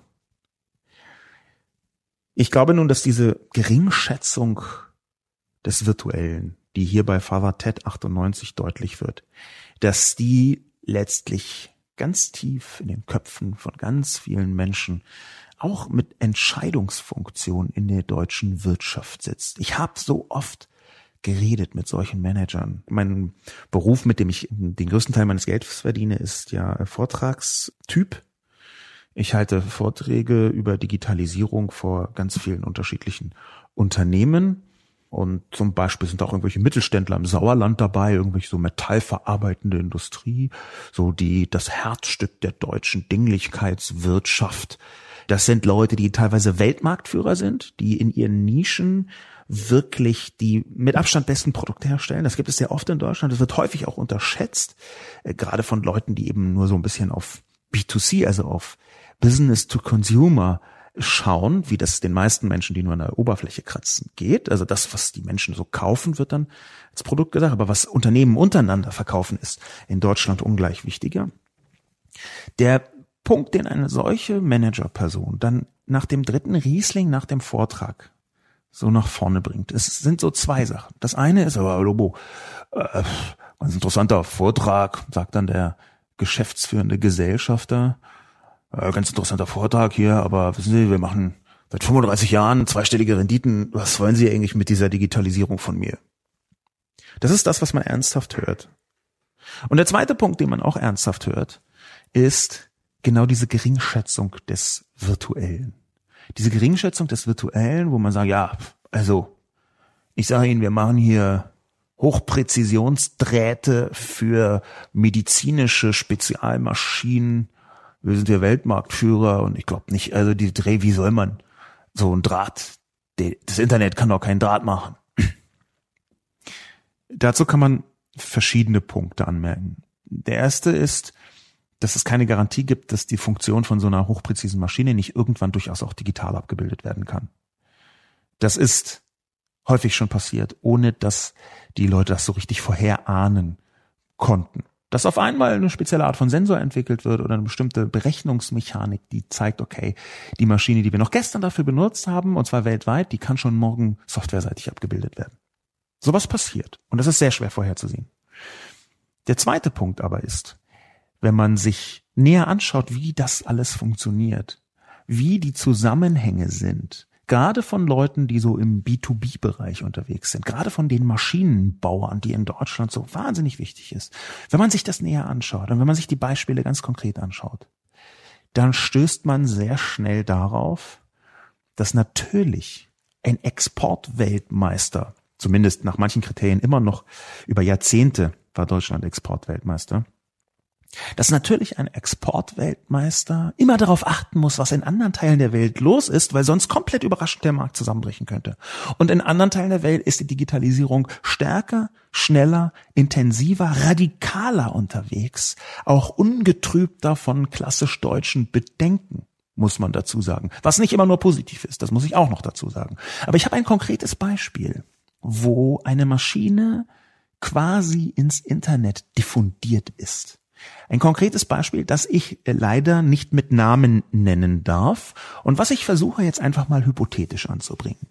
A: Ich glaube nun, dass diese Geringschätzung des Virtuellen, die hier bei Father Ted achtundneunzig deutlich wird, dass die letztlich ganz tief in den Köpfen von ganz vielen Menschen auch mit Entscheidungsfunktion in der deutschen Wirtschaft sitzt. Ich habe so oft geredet mit solchen Managern. Mein Beruf, mit dem ich den größten Teil meines Geldes verdiene, ist ja Vortragstyp. Ich halte Vorträge über Digitalisierung vor ganz vielen unterschiedlichen Unternehmen. Und zum Beispiel sind auch irgendwelche Mittelständler im Sauerland dabei, irgendwelche so metallverarbeitende Industrie, so die das Herzstück der deutschen Dinglichkeitswirtschaft. Das sind Leute, die teilweise Weltmarktführer sind, die in ihren Nischen wirklich die mit Abstand besten Produkte herstellen. Das gibt es sehr oft in Deutschland. Das wird häufig auch unterschätzt, äh, gerade von Leuten, die eben nur so ein bisschen auf B zwei C, also auf Business to Consumer schauen, wie das den meisten Menschen, die nur an der Oberfläche kratzen, geht. Also das, was die Menschen so kaufen, wird dann als Produkt gesagt. Aber was Unternehmen untereinander verkaufen, ist in Deutschland ungleich wichtiger. Der Punkt, den eine solche Managerperson dann nach dem dritten Riesling, nach dem Vortrag so nach vorne bringt. Es sind so zwei Sachen. Das eine ist aber, Lobo, äh, ganz interessanter Vortrag, sagt dann der geschäftsführende Gesellschafter. Äh, ganz interessanter Vortrag hier, aber wissen Sie, wir machen seit fünfunddreißig Jahren zweistellige Renditen. Was wollen Sie eigentlich mit dieser Digitalisierung von mir? Das ist das, was man ernsthaft hört. Und der zweite Punkt, den man auch ernsthaft hört, ist genau diese Geringschätzung des Virtuellen. Diese Geringschätzung des Virtuellen, wo man sagt, ja, also ich sage Ihnen, wir machen hier Hochpräzisionsdrähte für medizinische Spezialmaschinen. Wir sind hier Weltmarktführer und ich glaube nicht, also die Dreh, wie soll man so ein Draht, das Internet kann doch keinen Draht machen. Dazu kann man verschiedene Punkte anmerken. Der erste ist, dass es keine Garantie gibt, dass die Funktion von so einer hochpräzisen Maschine nicht irgendwann durchaus auch digital abgebildet werden kann. Das ist häufig schon passiert, ohne dass die Leute das so richtig vorherahnen konnten. Dass auf einmal eine spezielle Art von Sensor entwickelt wird oder eine bestimmte Berechnungsmechanik, die zeigt, okay, die Maschine, die wir noch gestern dafür benutzt haben, und zwar weltweit, die kann schon morgen softwareseitig abgebildet werden. Sowas passiert. Und das ist sehr schwer vorherzusehen. Der zweite Punkt aber ist, wenn man sich näher anschaut, wie das alles funktioniert, wie die Zusammenhänge sind, gerade von Leuten, die so im B zwei B-Bereich unterwegs sind, gerade von den Maschinenbauern, die in Deutschland so wahnsinnig wichtig ist. Wenn man sich das näher anschaut und wenn man sich die Beispiele ganz konkret anschaut, dann stößt man sehr schnell darauf, dass natürlich ein Exportweltmeister, zumindest nach manchen Kriterien immer noch über Jahrzehnte war Deutschland Exportweltmeister, dass natürlich ein Exportweltmeister immer darauf achten muss, was in anderen Teilen der Welt los ist, weil sonst komplett überraschend der Markt zusammenbrechen könnte. Und in anderen Teilen der Welt ist die Digitalisierung stärker, schneller, intensiver, radikaler unterwegs, auch ungetrübter von klassisch deutschen Bedenken, muss man dazu sagen. Was nicht immer nur positiv ist, das muss ich auch noch dazu sagen. Aber ich habe ein konkretes Beispiel, wo eine Maschine quasi ins Internet diffundiert ist. Ein konkretes Beispiel, das ich leider nicht mit Namen nennen darf und was ich versuche jetzt einfach mal hypothetisch anzubringen.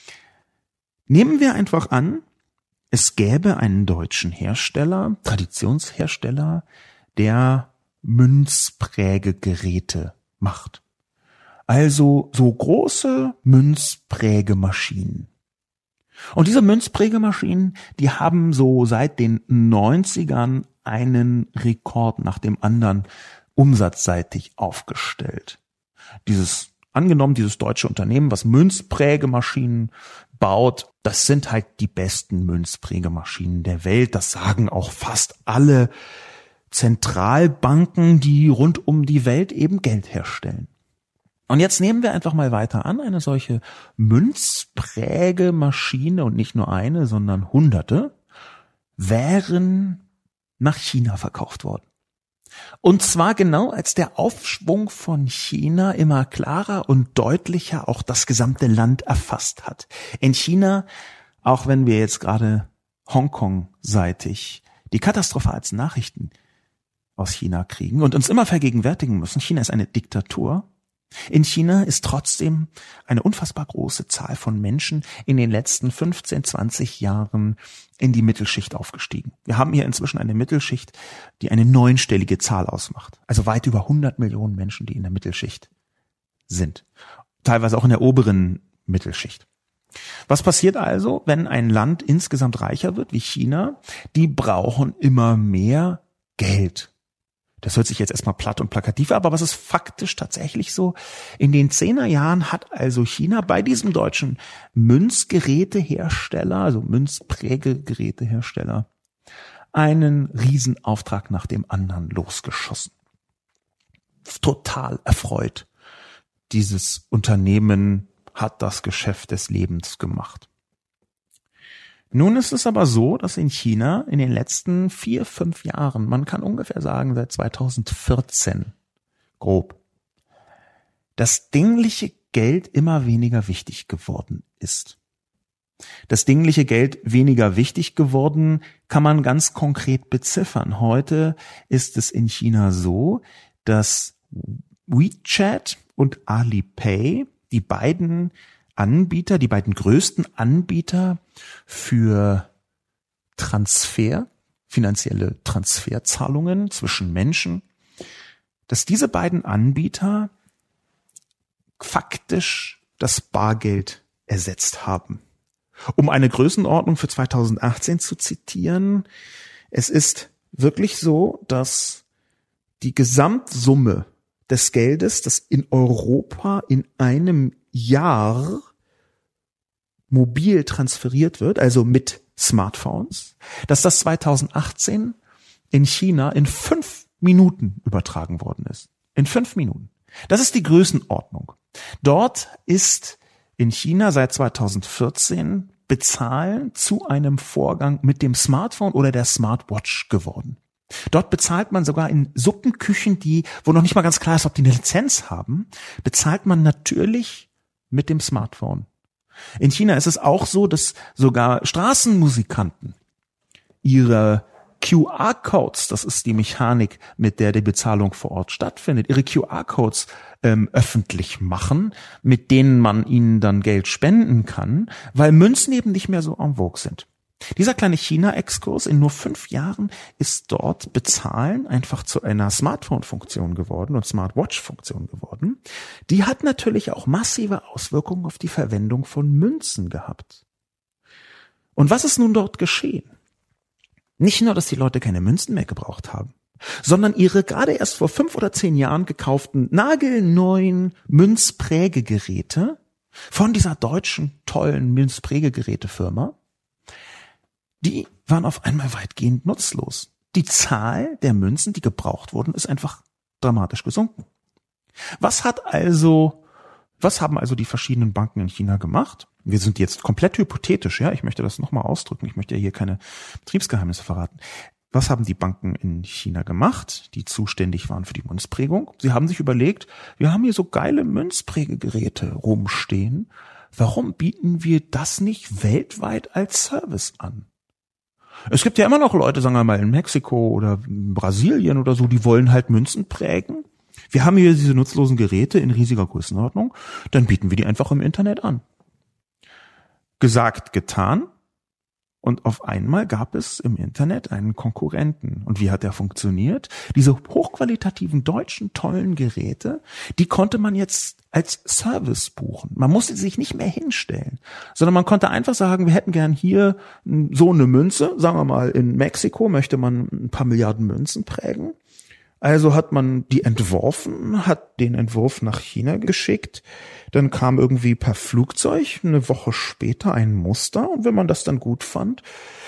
A: Nehmen wir einfach an, es gäbe einen deutschen Hersteller, Traditionshersteller, der Münzprägegeräte macht. Also so große Münzprägemaschinen. Und diese Münzprägemaschinen, die haben so seit den neunzigern einen Rekord nach dem anderen umsatzseitig aufgestellt. Dieses, angenommen, dieses deutsche Unternehmen, was Münzprägemaschinen baut, das sind halt die besten Münzprägemaschinen der Welt. Das sagen auch fast alle Zentralbanken, die rund um die Welt eben Geld herstellen. Und jetzt nehmen wir einfach mal weiter an, eine solche Münzprägemaschine und nicht nur eine, sondern hunderte, wären nach China verkauft worden. Und zwar genau als der Aufschwung von China immer klarer und deutlicher auch das gesamte Land erfasst hat. In China, auch wenn wir jetzt gerade Hongkong-seitig die katastrophalsten Nachrichten aus China kriegen und uns immer vergegenwärtigen müssen, China ist eine Diktatur. In China ist trotzdem eine unfassbar große Zahl von Menschen in den letzten fünfzehn, zwanzig Jahren in die Mittelschicht aufgestiegen. Wir haben hier inzwischen eine Mittelschicht, die eine neunstellige Zahl ausmacht. Also weit über hundert Millionen Menschen, die in der Mittelschicht sind. Teilweise auch in der oberen Mittelschicht. Was passiert also, wenn ein Land insgesamt reicher wird wie China? Die brauchen immer mehr Geld. Das hört sich jetzt erstmal platt und plakativ, aber was ist faktisch tatsächlich so? In den zehner Jahren hat also China bei diesem deutschen Münzgerätehersteller, also Münzprägegerätehersteller, einen Riesenauftrag nach dem anderen losgeschossen. Total erfreut. Dieses Unternehmen hat das Geschäft des Lebens gemacht. Nun ist es aber so, dass in China in den letzten vier, fünf Jahren, man kann ungefähr sagen seit zweitausendvierzehn, grob, das dingliche Geld immer weniger wichtig geworden ist. Das dingliche Geld weniger wichtig geworden, kann man ganz konkret beziffern. Heute ist es in China so, dass WeChat und Alipay, die beiden Anbieter, die beiden größten Anbieter für Transfer, finanzielle Transferzahlungen zwischen Menschen, dass diese beiden Anbieter faktisch das Bargeld ersetzt haben. Um eine Größenordnung für zweitausendachtzehn zu zitieren, es ist wirklich so, dass die Gesamtsumme des Geldes, das in Europa in einem Jahr mobil transferiert wird, also mit Smartphones, dass das zweitausendachtzehn in China in fünf Minuten übertragen worden ist. In fünf Minuten. Das ist die Größenordnung. Dort ist in China seit zweitausendvierzehn Bezahlen zu einem Vorgang mit dem Smartphone oder der Smartwatch geworden. Dort bezahlt man sogar in Suppenküchen, die, wo noch nicht mal ganz klar ist, ob die eine Lizenz haben, bezahlt man natürlich mit dem Smartphone. In China ist es auch so, dass sogar Straßenmusikanten ihre Q R-Codes, das ist die Mechanik, mit der die Bezahlung vor Ort stattfindet, ihre Q R-Codes ähm, öffentlich machen, mit denen man ihnen dann Geld spenden kann, weil Münzen eben nicht mehr so en vogue sind. Dieser kleine China-Exkurs in nur fünf Jahren ist dort Bezahlen einfach zu einer Smartphone-Funktion geworden und Smartwatch-Funktion geworden. Die hat natürlich auch massive Auswirkungen auf die Verwendung von Münzen gehabt. Und was ist nun dort geschehen? Nicht nur, dass die Leute keine Münzen mehr gebraucht haben, sondern ihre gerade erst vor fünf oder zehn Jahren gekauften nagelneuen Münzprägegeräte von dieser deutschen tollen Münzprägegerätefirma, die waren auf einmal weitgehend nutzlos. Die Zahl der Münzen, die gebraucht wurden, ist einfach dramatisch gesunken. Was hat also, was haben also die verschiedenen Banken in China gemacht? Wir sind jetzt komplett hypothetisch, ja, ich möchte das nochmal ausdrücken, ich möchte ja hier keine Betriebsgeheimnisse verraten. Was haben die Banken in China gemacht, die zuständig waren für die Münzprägung? Sie haben sich überlegt, wir haben hier so geile Münzprägegeräte rumstehen, warum bieten wir das nicht weltweit als Service an? Es gibt ja immer noch Leute, sagen wir mal in Mexiko oder in Brasilien oder so, die wollen halt Münzen prägen. Wir haben hier diese nutzlosen Geräte in riesiger Größenordnung, dann bieten wir die einfach im Internet an. Gesagt, getan. Und auf einmal gab es im Internet einen Konkurrenten. Und wie hat der funktioniert? Diese hochqualitativen deutschen tollen Geräte, die konnte man jetzt als Service buchen. Man musste sich nicht mehr hinstellen, sondern man konnte einfach sagen, wir hätten gern hier so eine Münze. Sagen wir mal, in Mexiko möchte man ein paar Milliarden Münzen prägen. Also hat man die entworfen, hat den Entwurf nach China geschickt. Dann kam irgendwie per Flugzeug eine Woche später ein Muster. Und wenn man das dann gut fand,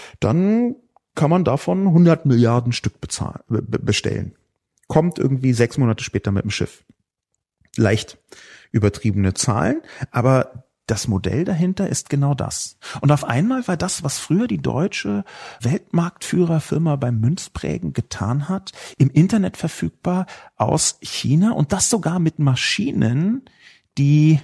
A: dann kann man davon hundert Milliarden Stück bezahlen, bestellen. Kommt irgendwie sechs Monate später mit dem Schiff. Leicht übertriebene Zahlen, aber das Modell dahinter ist genau das. Und auf einmal war das, was früher die deutsche Weltmarktführerfirma beim Münzprägen getan hat, im Internet verfügbar aus China und das sogar mit Maschinen, die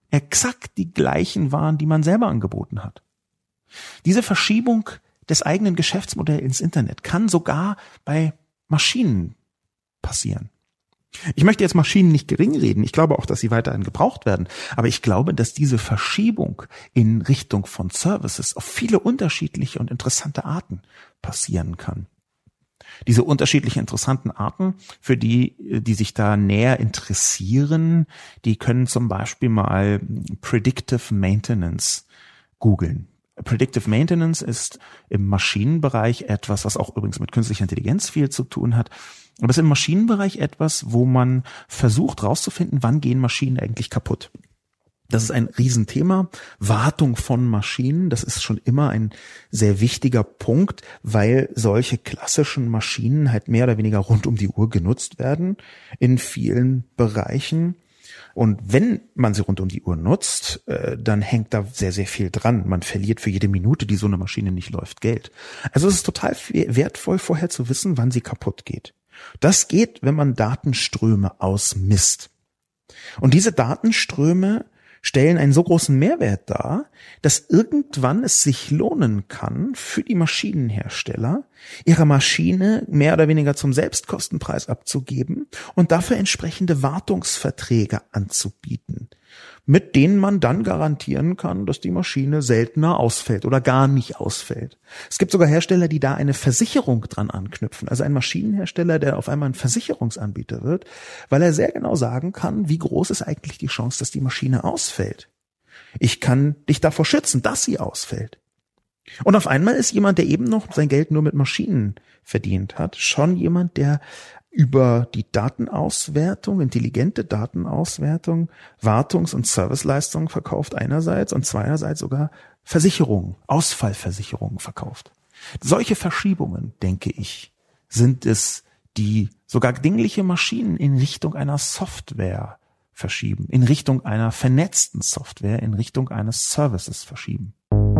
A: exakt die gleichen waren, die man selber angeboten hat. Diese Verschiebung des eigenen Geschäftsmodells ins Internet kann sogar bei Maschinen passieren. Ich möchte jetzt Maschinen nicht gering reden. Ich glaube auch, dass sie weiterhin gebraucht werden. Aber ich glaube, dass diese Verschiebung in Richtung von Services auf viele unterschiedliche und interessante Arten passieren kann. Diese unterschiedlichen interessanten Arten, für die, die sich da näher interessieren, die können zum Beispiel mal Predictive Maintenance googeln. Predictive Maintenance ist im Maschinenbereich etwas, was auch übrigens mit künstlicher Intelligenz viel zu tun hat. Aber es ist im Maschinenbereich etwas, wo man versucht rauszufinden, wann gehen Maschinen eigentlich kaputt. Das ist ein Riesenthema. Wartung von Maschinen, das ist schon immer ein sehr wichtiger Punkt, weil solche klassischen Maschinen halt mehr oder weniger rund um die Uhr genutzt werden in vielen Bereichen. Und wenn man sie rund um die Uhr nutzt, dann hängt da sehr, sehr viel dran. Man verliert für jede Minute, die so eine Maschine nicht läuft, Geld. Also es ist total wertvoll, vorher zu wissen, wann sie kaputt geht. Das geht, wenn man Datenströme ausmisst. Und diese Datenströme stellen einen so großen Mehrwert dar, dass irgendwann es sich lohnen kann, für die Maschinenhersteller ihre Maschine mehr oder weniger zum Selbstkostenpreis abzugeben und dafür entsprechende Wartungsverträge anzubieten, mit denen man dann garantieren kann, dass die Maschine seltener ausfällt oder gar nicht ausfällt. Es gibt sogar Hersteller, die da eine Versicherung dran anknüpfen. Also ein Maschinenhersteller, der auf einmal ein Versicherungsanbieter wird, weil er sehr genau sagen kann, wie groß ist eigentlich die Chance, dass die Maschine ausfällt. Ich kann dich davor schützen, dass sie ausfällt. Und auf einmal ist jemand, der eben noch sein Geld nur mit Maschinen verdient hat, schon jemand, der über die Datenauswertung, intelligente Datenauswertung, Wartungs- und Serviceleistungen verkauft einerseits und zweinerseits sogar Versicherungen, Ausfallversicherungen verkauft. Solche Verschiebungen, denke ich, sind es, die sogar dingliche Maschinen in Richtung einer Software verschieben, in Richtung einer vernetzten Software, in Richtung eines Services verschieben.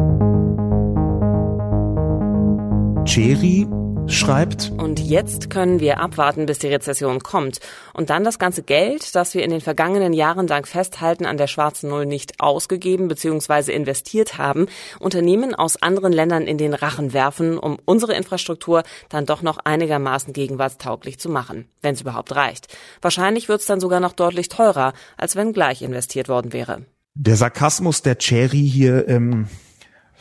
A: Cherry schreibt:
B: Und jetzt können wir abwarten, bis die Rezession kommt und dann das ganze Geld, das wir in den vergangenen Jahren dank Festhalten an der schwarzen Null nicht ausgegeben bzw. investiert haben, Unternehmen aus anderen Ländern in den Rachen werfen, um unsere Infrastruktur dann doch noch einigermaßen gegenwartstauglich zu machen, wenn es überhaupt reicht. Wahrscheinlich wird es dann sogar noch deutlich teurer, als wenn gleich investiert worden wäre.
A: Der Sarkasmus der Cherry hier ähm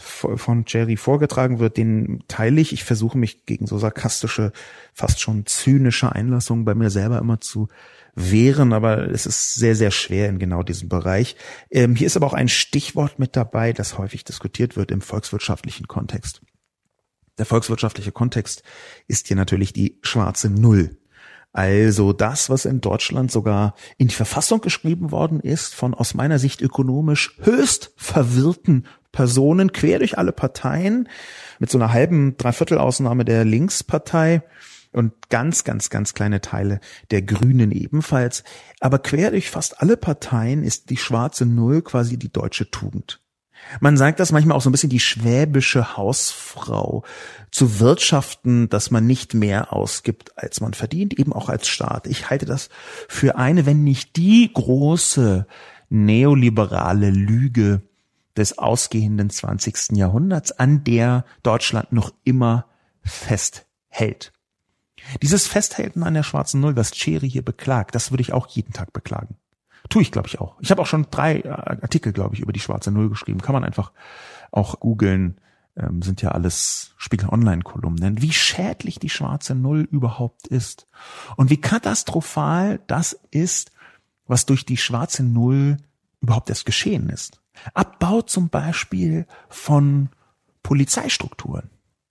A: von Jerry vorgetragen wird, den teile ich. Ich versuche mich gegen so sarkastische, fast schon zynische Einlassungen bei mir selber immer zu wehren, aber es ist sehr, sehr schwer in genau diesem Bereich. Ähm, hier ist aber auch ein Stichwort mit dabei, das häufig diskutiert wird im volkswirtschaftlichen Kontext. Der volkswirtschaftliche Kontext ist hier natürlich die schwarze Null. Also das, was in Deutschland sogar in die Verfassung geschrieben worden ist, von aus meiner Sicht ökonomisch höchst verwirrten Personen quer durch alle Parteien, mit so einer halben Dreiviertel-Ausnahme der Linkspartei und ganz, ganz, ganz kleine Teile der Grünen ebenfalls. Aber quer durch fast alle Parteien ist die schwarze Null quasi die deutsche Tugend. Man sagt das manchmal auch so ein bisschen die schwäbische Hausfrau, zu wirtschaften, dass man nicht mehr ausgibt, als man verdient, eben auch als Staat. Ich halte das für eine, wenn nicht die große neoliberale Lüge des ausgehenden zwanzigsten Jahrhunderts, an der Deutschland noch immer festhält. Dieses Festhalten an der schwarzen Null, was Cherry hier beklagt, das würde ich auch jeden Tag beklagen. Tue ich, glaube ich, auch. Ich habe auch schon drei Artikel, glaube ich, über die schwarze Null geschrieben. Kann man einfach auch googeln. Ähm, sind ja alles Spiegel-Online-Kolumnen. Wie schädlich die schwarze Null überhaupt ist. Und wie katastrophal das ist, was durch die schwarze Null überhaupt erst geschehen ist. Abbau zum Beispiel von Polizeistrukturen.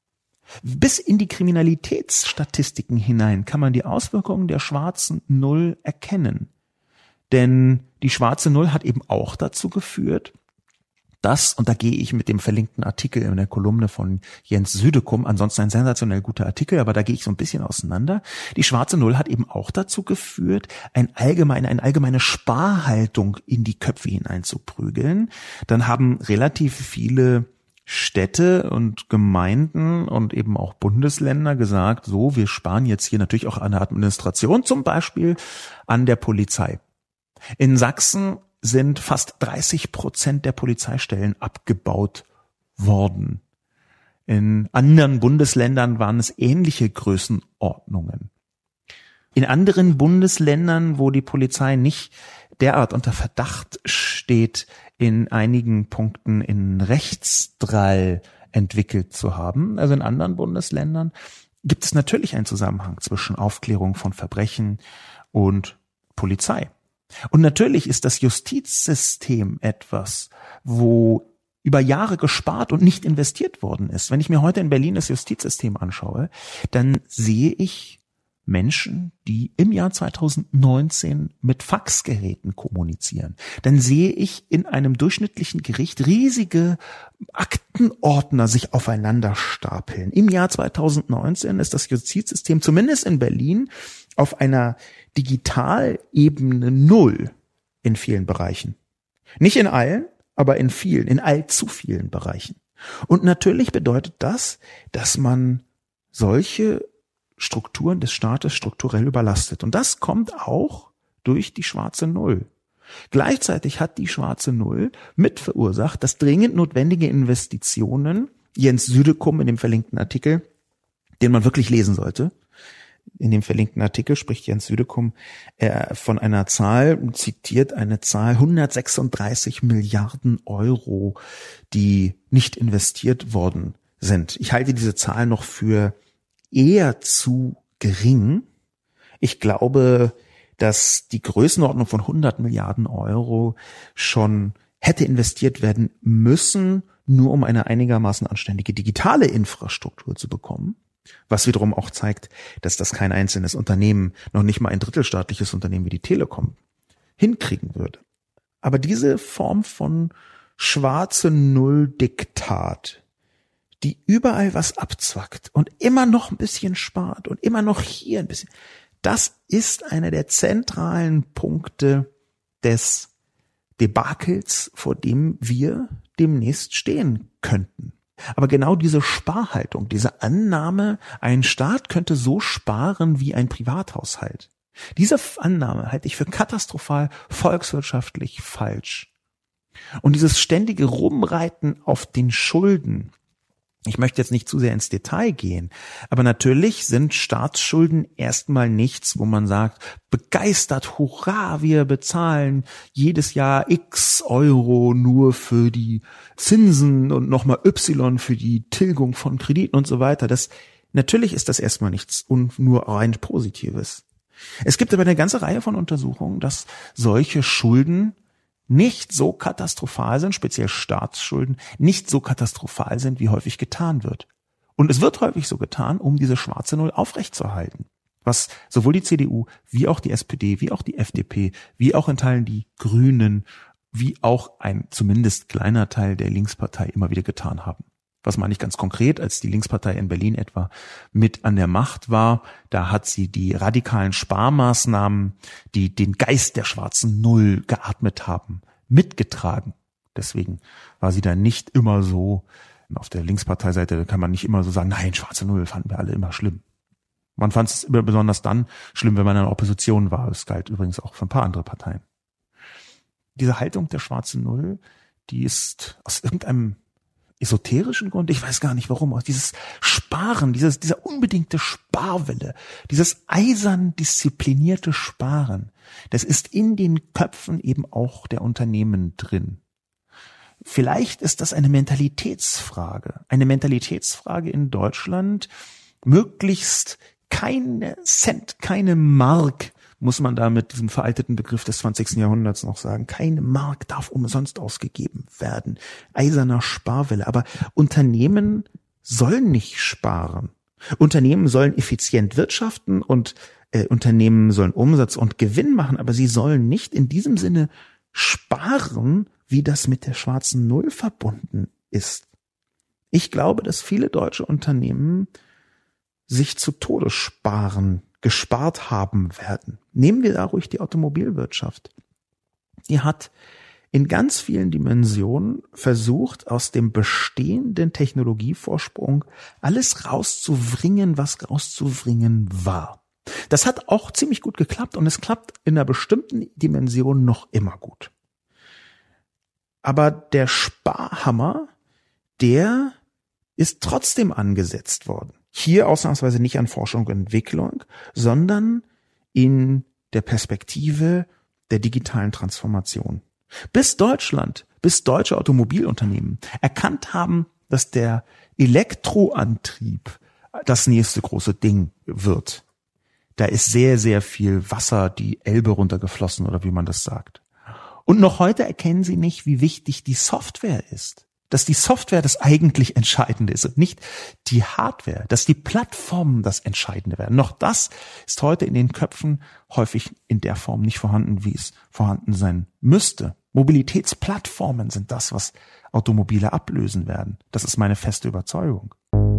A: Bis in die Kriminalitätsstatistiken hinein kann man die Auswirkungen der schwarzen Null erkennen. Denn die schwarze Null hat eben auch dazu geführt, dass, und da gehe ich mit dem verlinkten Artikel in der Kolumne von Jens Südekum, ansonsten ein sensationell guter Artikel, aber da gehe ich so ein bisschen auseinander. Die schwarze Null hat eben auch dazu geführt, ein allgemeine, eine allgemeine Sparhaltung in die Köpfe hineinzuprügeln. Dann haben relativ viele Städte und Gemeinden und eben auch Bundesländer gesagt, so, wir sparen jetzt hier natürlich auch an der Administration, zum Beispiel an der Polizei. In Sachsen sind fast dreißig Prozent der Polizeistellen abgebaut worden. In anderen Bundesländern waren es ähnliche Größenordnungen. In anderen Bundesländern, wo die Polizei nicht derart unter Verdacht steht, in einigen Punkten in Rechtsdrall entwickelt zu haben, also in anderen Bundesländern, gibt es natürlich einen Zusammenhang zwischen Aufklärung von Verbrechen und Polizei. Und natürlich ist das Justizsystem etwas, wo über Jahre gespart und nicht investiert worden ist. Wenn ich mir heute in Berlin das Justizsystem anschaue, dann sehe ich Menschen, die im Jahr zweitausendneunzehn mit Faxgeräten kommunizieren. Dann sehe ich in einem durchschnittlichen Gericht riesige Aktenordner sich aufeinander stapeln. Im Jahr zweitausendneunzehn ist das Justizsystem zumindest in Berlin auf einer Digitalebene null in vielen Bereichen. Nicht in allen, aber in vielen, in allzu vielen Bereichen. Und natürlich bedeutet das, dass man solche Strukturen des Staates strukturell überlastet. Und das kommt auch durch die schwarze Null. Gleichzeitig hat die schwarze Null mit verursacht, dass dringend notwendige Investitionen, Jens Südekum in dem verlinkten Artikel, den man wirklich lesen sollte, in dem verlinkten Artikel spricht Jens Südekum äh, von einer Zahl, zitiert eine Zahl, hundertsechsunddreißig Milliarden Euro, die nicht investiert worden sind. Ich halte diese Zahl noch für eher zu gering. Ich glaube, dass die Größenordnung von hundert Milliarden Euro schon hätte investiert werden müssen, nur um eine einigermaßen anständige digitale Infrastruktur zu bekommen. Was wiederum auch zeigt, dass das kein einzelnes Unternehmen, noch nicht mal ein drittelstaatliches Unternehmen wie die Telekom, hinkriegen würde. Aber diese Form von schwarze Null-Diktat, die überall was abzwackt und immer noch ein bisschen spart und immer noch hier ein bisschen, das ist einer der zentralen Punkte des Debakels, vor dem wir demnächst stehen könnten. Aber genau diese Sparhaltung, diese Annahme, ein Staat könnte so sparen wie ein Privathaushalt, diese Annahme halte ich für katastrophal volkswirtschaftlich falsch. Und dieses ständige Rumreiten auf den Schulden, Ich möchte jetzt nicht zu sehr ins Detail gehen, aber natürlich sind Staatsschulden erstmal nichts, wo man sagt, begeistert, hurra, wir bezahlen jedes Jahr x Euro nur für die Zinsen und nochmal Y für die Tilgung von Krediten und so weiter. Das, natürlich ist das erstmal nichts und nur rein Positives. Es gibt aber eine ganze Reihe von Untersuchungen, dass solche Schulden nicht so katastrophal sind, speziell Staatsschulden, nicht so katastrophal sind, wie häufig getan wird. Und es wird häufig so getan, um diese schwarze Null aufrechtzuerhalten. Was sowohl die C D U, wie auch die S P D, wie auch die F D P, wie auch in Teilen die Grünen, wie auch ein zumindest kleiner Teil der Linkspartei immer wieder getan haben. Was meine ich ganz konkret, als die Linkspartei in Berlin etwa mit an der Macht war, da hat sie die radikalen Sparmaßnahmen, die den Geist der schwarzen Null geatmet haben, mitgetragen. Deswegen war sie da nicht immer so, auf der Linksparteiseite kann man nicht immer so sagen, nein, schwarze Null fanden wir alle immer schlimm. Man fand es immer besonders dann schlimm, wenn man in der Opposition war. Das galt übrigens auch für ein paar andere Parteien. Diese Haltung der schwarzen Null, die ist aus irgendeinem esoterischen Grund, ich weiß gar nicht warum, aus dieses Sparen, dieses, dieser unbedingte Sparwille, dieses eisern disziplinierte Sparen, das ist in den Köpfen eben auch der Unternehmen drin. Vielleicht ist das eine Mentalitätsfrage, eine Mentalitätsfrage in Deutschland, möglichst keine Cent, keine Mark, muss man da mit diesem veralteten Begriff des zwanzigsten Jahrhunderts noch sagen. Keine Mark darf umsonst ausgegeben werden. Eiserner Sparwille. Aber Unternehmen sollen nicht sparen. Unternehmen sollen effizient wirtschaften und äh, Unternehmen sollen Umsatz und Gewinn machen, aber sie sollen nicht in diesem Sinne sparen, wie das mit der schwarzen Null verbunden ist. Ich glaube, dass viele deutsche Unternehmen sich zu Tode sparen, gespart haben werden. Nehmen wir da ruhig die Automobilwirtschaft. Die hat in ganz vielen Dimensionen versucht, aus dem bestehenden Technologievorsprung alles rauszubringen, was rauszubringen war. Das hat auch ziemlich gut geklappt und es klappt in einer bestimmten Dimension noch immer gut. Aber der Sparhammer, der ist trotzdem angesetzt worden. Hier ausnahmsweise nicht an Forschung und Entwicklung, sondern in der Perspektive der digitalen Transformation. Bis Deutschland, bis deutsche Automobilunternehmen erkannt haben, dass der Elektroantrieb das nächste große Ding wird. Da ist sehr, sehr viel Wasser die Elbe runtergeflossen oder wie man das sagt. Und noch heute erkennen sie nicht, wie wichtig die Software ist. Dass die Software das eigentlich Entscheidende ist und nicht die Hardware, dass die Plattformen das Entscheidende werden. Noch das ist heute in den Köpfen häufig in der Form nicht vorhanden, wie es vorhanden sein müsste. Mobilitätsplattformen sind das, was Automobile ablösen werden. Das ist meine feste Überzeugung.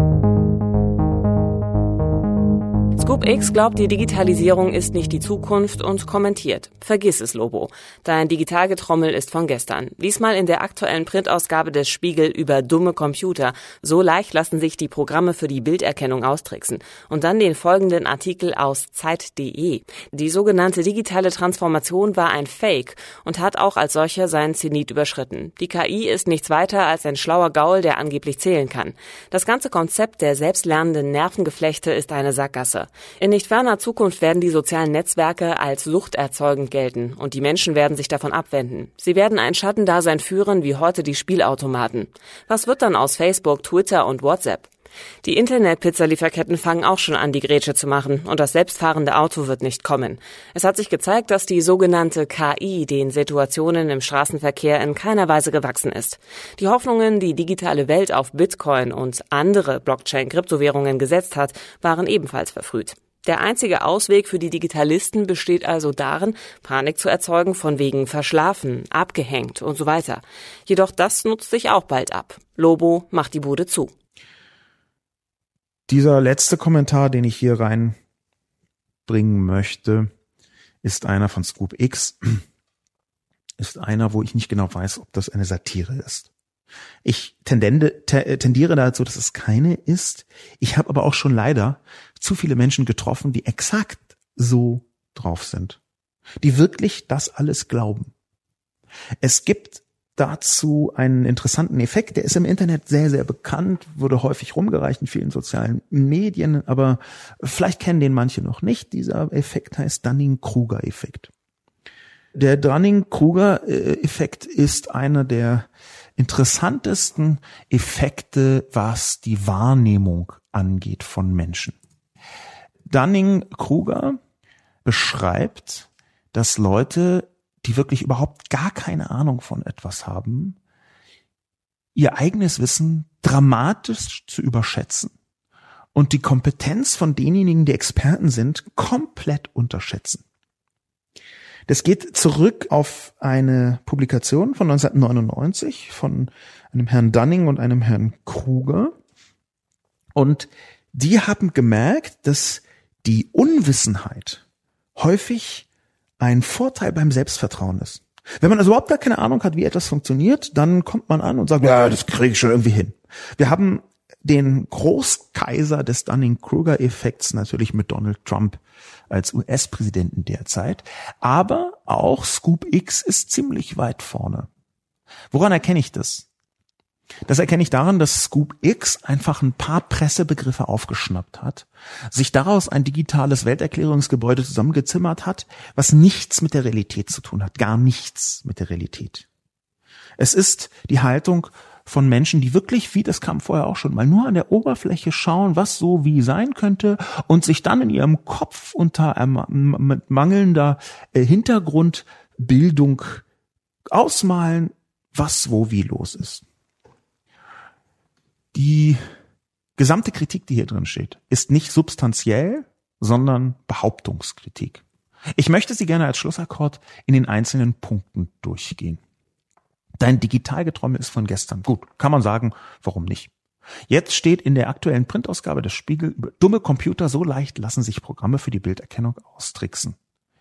B: Scoop X glaubt, die Digitalisierung ist nicht die Zukunft und kommentiert: Vergiss es, Lobo. Dein Digitalgetrommel ist von gestern. Diesmal in der aktuellen Printausgabe des Spiegel über dumme Computer. So leicht lassen sich die Programme für die Bilderkennung austricksen. Und dann den folgenden Artikel aus Zeit punkt de. Die sogenannte digitale Transformation war ein Fake und hat auch als solcher seinen Zenit überschritten. Die K I ist nichts weiter als ein schlauer Gaul, der angeblich zählen kann. Das ganze Konzept der selbstlernenden Nervengeflechte ist eine Sackgasse. In nicht ferner Zukunft werden die sozialen Netzwerke als suchterzeugend gelten und die Menschen werden sich davon abwenden. Sie werden ein Schattendasein führen wie heute die Spielautomaten. Was wird dann aus Facebook, Twitter und WhatsApp? Die Internet-Pizzalieferketten fangen auch schon an, die Grätsche zu machen und das selbstfahrende Auto wird nicht kommen. Es hat sich gezeigt, dass die sogenannte K I den Situationen im Straßenverkehr in keiner Weise gewachsen ist. Die Hoffnungen, die digitale Welt auf Bitcoin und andere Blockchain-Kryptowährungen gesetzt hat, waren ebenfalls verfrüht. Der einzige Ausweg für die Digitalisten besteht also darin, Panik zu erzeugen von wegen verschlafen, abgehängt und so weiter. Jedoch das nutzt sich auch bald ab. Lobo macht die Bude zu.
A: Dieser letzte Kommentar, den ich hier reinbringen möchte, ist einer von Scoop X. Ist einer, wo ich nicht genau weiß, ob das eine Satire ist. Ich tendende, tendiere dazu, dass es keine ist. Ich habe aber auch schon leider zu viele Menschen getroffen, die exakt so drauf sind. Die wirklich das alles glauben. Es gibt dazu einen interessanten Effekt. Der ist im Internet sehr, sehr bekannt, wurde häufig rumgereicht in vielen sozialen Medien, aber vielleicht kennen den manche noch nicht. Dieser Effekt heißt Dunning-Kruger-Effekt. Der Dunning-Kruger-Effekt ist einer der interessantesten Effekte, was die Wahrnehmung angeht von Menschen. Dunning-Kruger beschreibt, dass Leute, die wirklich überhaupt gar keine Ahnung von etwas haben, ihr eigenes Wissen dramatisch zu überschätzen und die Kompetenz von denjenigen, die Experten sind, komplett unterschätzen. Das geht zurück auf eine Publikation von neunzehnhundertneunundneunzig von einem Herrn Dunning und einem Herrn Kruger. Und die haben gemerkt, dass die Unwissenheit häufig ein Vorteil beim Selbstvertrauen ist. Wenn man also überhaupt gar keine Ahnung hat, wie etwas funktioniert, dann kommt man an und sagt, ja, das kriege ich schon irgendwie hin. Wir haben den Großkaiser des Dunning-Kruger-Effekts natürlich mit Donald Trump als U S-Präsidenten derzeit, aber auch Scoop X ist ziemlich weit vorne. Woran erkenne ich das? Das erkenne ich daran, dass Scoop X einfach ein paar Pressebegriffe aufgeschnappt hat, sich daraus ein digitales Welterklärungsgebäude zusammengezimmert hat, was nichts mit der Realität zu tun hat, gar nichts mit der Realität. Es ist die Haltung von Menschen, die wirklich, wie das kam vorher auch schon mal, nur an der Oberfläche schauen, was so wie sein könnte und sich dann in ihrem Kopf unter mit mangelnder Hintergrundbildung ausmalen, was wo wie los ist. Die gesamte Kritik, die hier drin steht, ist nicht substanziell, sondern Behauptungskritik. Ich möchte sie gerne als Schlussakkord in den einzelnen Punkten durchgehen. Dein Digitalgeträume ist von gestern. Gut, kann man sagen, warum nicht? Jetzt steht in der aktuellen Printausgabe des Spiegel, dumme Computer, so leicht lassen sich Programme für die Bilderkennung austricksen.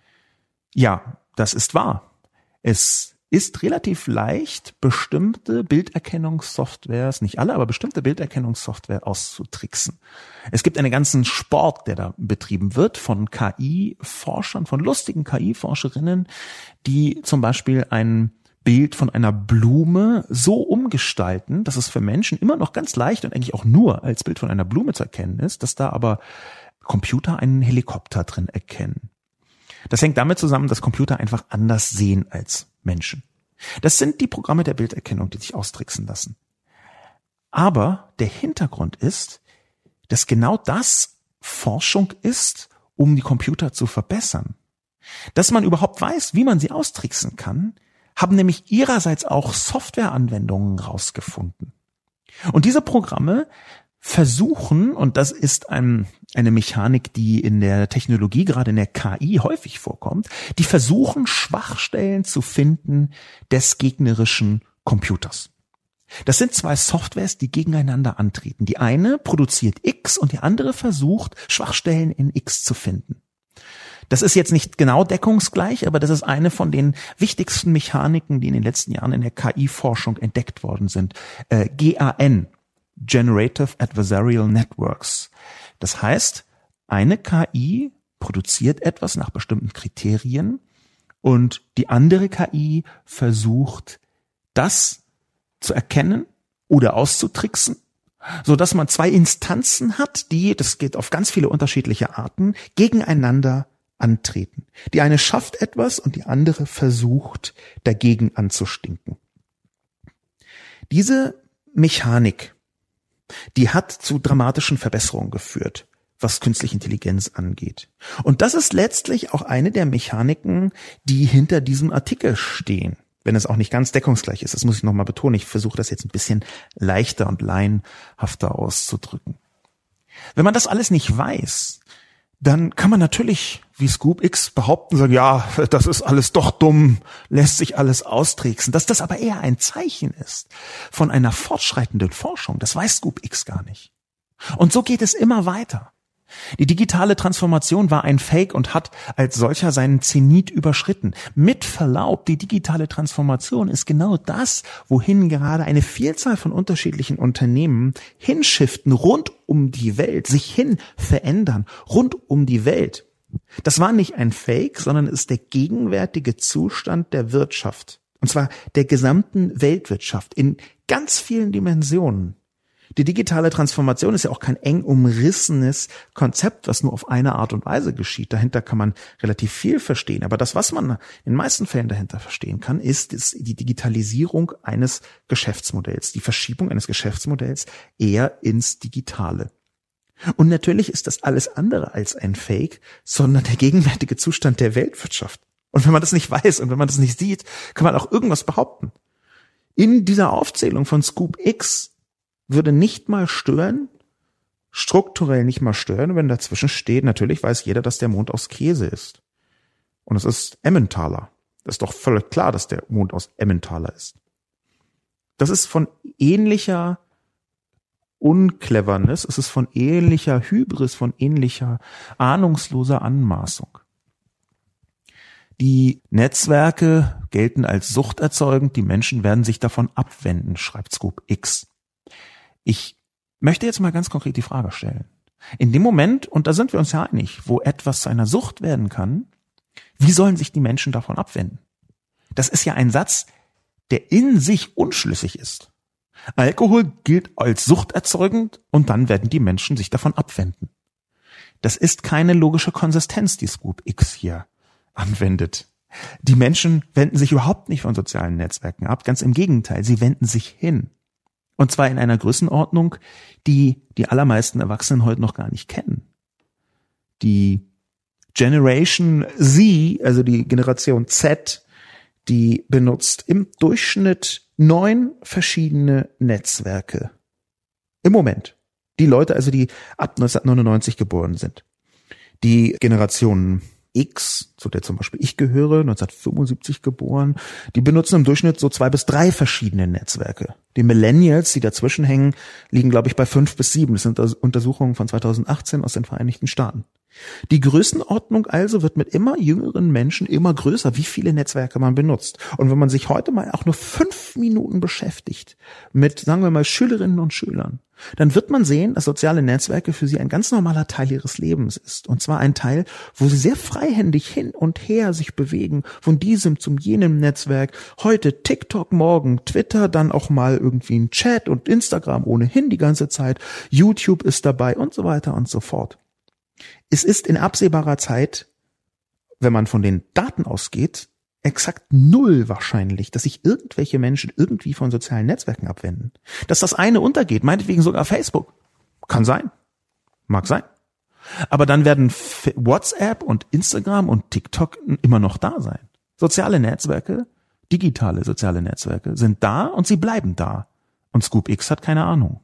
A: Ja, das ist wahr. Es ist relativ leicht, bestimmte Bilderkennungssoftwares, nicht alle, aber bestimmte Bilderkennungssoftware auszutricksen. Es gibt einen ganzen Sport, der da betrieben wird von K I-Forschern, von lustigen K I-Forscherinnen, die zum Beispiel ein Bild von einer Blume so umgestalten, dass es für Menschen immer noch ganz leicht und eigentlich auch nur als Bild von einer Blume zu erkennen ist, dass da aber Computer einen Helikopter drin erkennen. Das hängt damit zusammen, dass Computer einfach anders sehen als Menschen. Das sind die Programme der Bilderkennung, die sich austricksen lassen. Aber der Hintergrund ist, dass genau das Forschung ist, um die Computer zu verbessern. Dass man überhaupt weiß, wie man sie austricksen kann, haben nämlich ihrerseits auch Softwareanwendungen rausgefunden. Und diese Programme versuchen, und das ist ein, eine Mechanik, die in der Technologie, gerade in der K I häufig vorkommt, die versuchen, Schwachstellen zu finden des gegnerischen Computers. Das sind zwei Softwares, die gegeneinander antreten. Die eine produziert X und die andere versucht, Schwachstellen in X zu finden. Das ist jetzt nicht genau deckungsgleich, aber das ist eine von den wichtigsten Mechaniken, die in den letzten Jahren in der K I-Forschung entdeckt worden sind. Äh, G A N, Generative Adversarial Networks. Das heißt, eine K I produziert etwas nach bestimmten Kriterien und die andere K I versucht, das zu erkennen oder auszutricksen, so dass man zwei Instanzen hat, die, das geht auf ganz viele unterschiedliche Arten, gegeneinander antreten. Die eine schafft etwas und die andere versucht, dagegen anzustinken. Diese Mechanik, die hat zu dramatischen Verbesserungen geführt, was künstliche Intelligenz angeht. Und das ist letztlich auch eine der Mechaniken, die hinter diesem Artikel stehen, wenn es auch nicht ganz deckungsgleich ist. Das muss ich nochmal betonen. Ich versuche das jetzt ein bisschen leichter und laienhafter auszudrücken. Wenn man das alles nicht weiß, dann kann man natürlich, wie Scoop X behaupten, sagen, ja, das ist alles doch dumm, lässt sich alles austricksen. Dass das aber eher ein Zeichen ist von einer fortschreitenden Forschung, das weiß Scoop X gar nicht. Und so geht es immer weiter. Die digitale Transformation war ein Fake und hat als solcher seinen Zenit überschritten. Mit Verlaub, die digitale Transformation ist genau das, wohin gerade eine Vielzahl von unterschiedlichen Unternehmen hinschiften, rund um die Welt, sich hin verändern, rund um die Welt. Das war nicht ein Fake, sondern ist der gegenwärtige Zustand der Wirtschaft. Und zwar der gesamten Weltwirtschaft in ganz vielen Dimensionen. Die digitale Transformation ist ja auch kein eng umrissenes Konzept, was nur auf eine Art und Weise geschieht. Dahinter kann man relativ viel verstehen. Aber das, was man in den meisten Fällen dahinter verstehen kann, ist, ist die Digitalisierung eines Geschäftsmodells, die Verschiebung eines Geschäftsmodells eher ins Digitale. Und natürlich ist das alles andere als ein Fake, sondern der gegenwärtige Zustand der Weltwirtschaft. Und wenn man das nicht weiß und wenn man das nicht sieht, kann man auch irgendwas behaupten. In dieser Aufzählung von Scoop X würde nicht mal stören, strukturell nicht mal stören, wenn dazwischen steht, natürlich weiß jeder, dass der Mond aus Käse ist. Und es ist Emmentaler. Das ist doch völlig klar, dass der Mond aus Emmentaler ist. Das ist von ähnlicher Uncleverness, es ist von ähnlicher Hybris, von ähnlicher ahnungsloser Anmaßung. Die Netzwerke gelten als suchterzeugend, die Menschen werden sich davon abwenden, schreibt Scoop X. Ich möchte jetzt mal ganz konkret die Frage stellen. In dem Moment, und da sind wir uns ja einig, wo etwas zu einer Sucht werden kann, wie sollen sich die Menschen davon abwenden? Das ist ja ein Satz, der in sich unschlüssig ist. Alkohol gilt als suchterzeugend und dann werden die Menschen sich davon abwenden. Das ist keine logische Konsistenz, die Scoop X hier anwendet. Die Menschen wenden sich überhaupt nicht von sozialen Netzwerken ab, ganz im Gegenteil, sie wenden sich hin. Und zwar in einer Größenordnung, die die allermeisten Erwachsenen heute noch gar nicht kennen. Die Generation Z, also die Generation Z, die benutzt im Durchschnitt neun verschiedene Netzwerke. Im Moment. Die Leute also, die ab neunzehnhundertneunundneunzig geboren sind. Die Generation X, zu der zum Beispiel ich gehöre, neunzehnhundertfünfundsiebzig geboren, die benutzen im Durchschnitt so zwei bis drei verschiedene Netzwerke. Die Millennials, die dazwischen hängen, liegen, glaube ich, bei fünf bis sieben. Das sind Untersuchungen von zweitausendachtzehn aus den Vereinigten Staaten. Die Größenordnung also wird mit immer jüngeren Menschen immer größer, wie viele Netzwerke man benutzt. Und wenn man sich heute mal auch nur fünf Minuten beschäftigt mit, sagen wir mal, Schülerinnen und Schülern, dann wird man sehen, dass soziale Netzwerke für sie ein ganz normaler Teil ihres Lebens ist. Und zwar ein Teil, wo sie sehr freihändig hin und her sich bewegen, von diesem zum jenem Netzwerk. Heute TikTok, morgen Twitter, dann auch mal irgendwie ein Chat und Instagram ohnehin die ganze Zeit. YouTube ist dabei und so weiter und so fort. Es ist in absehbarer Zeit, wenn man von den Daten ausgeht, exakt null wahrscheinlich, dass sich irgendwelche Menschen irgendwie von sozialen Netzwerken abwenden. Dass das eine untergeht, meinetwegen sogar Facebook. Kann sein. Mag sein. Aber dann werden WhatsApp und Instagram und TikTok immer noch da sein. Soziale Netzwerke, digitale soziale Netzwerke sind da und sie bleiben da. Und Scoop X hat keine Ahnung.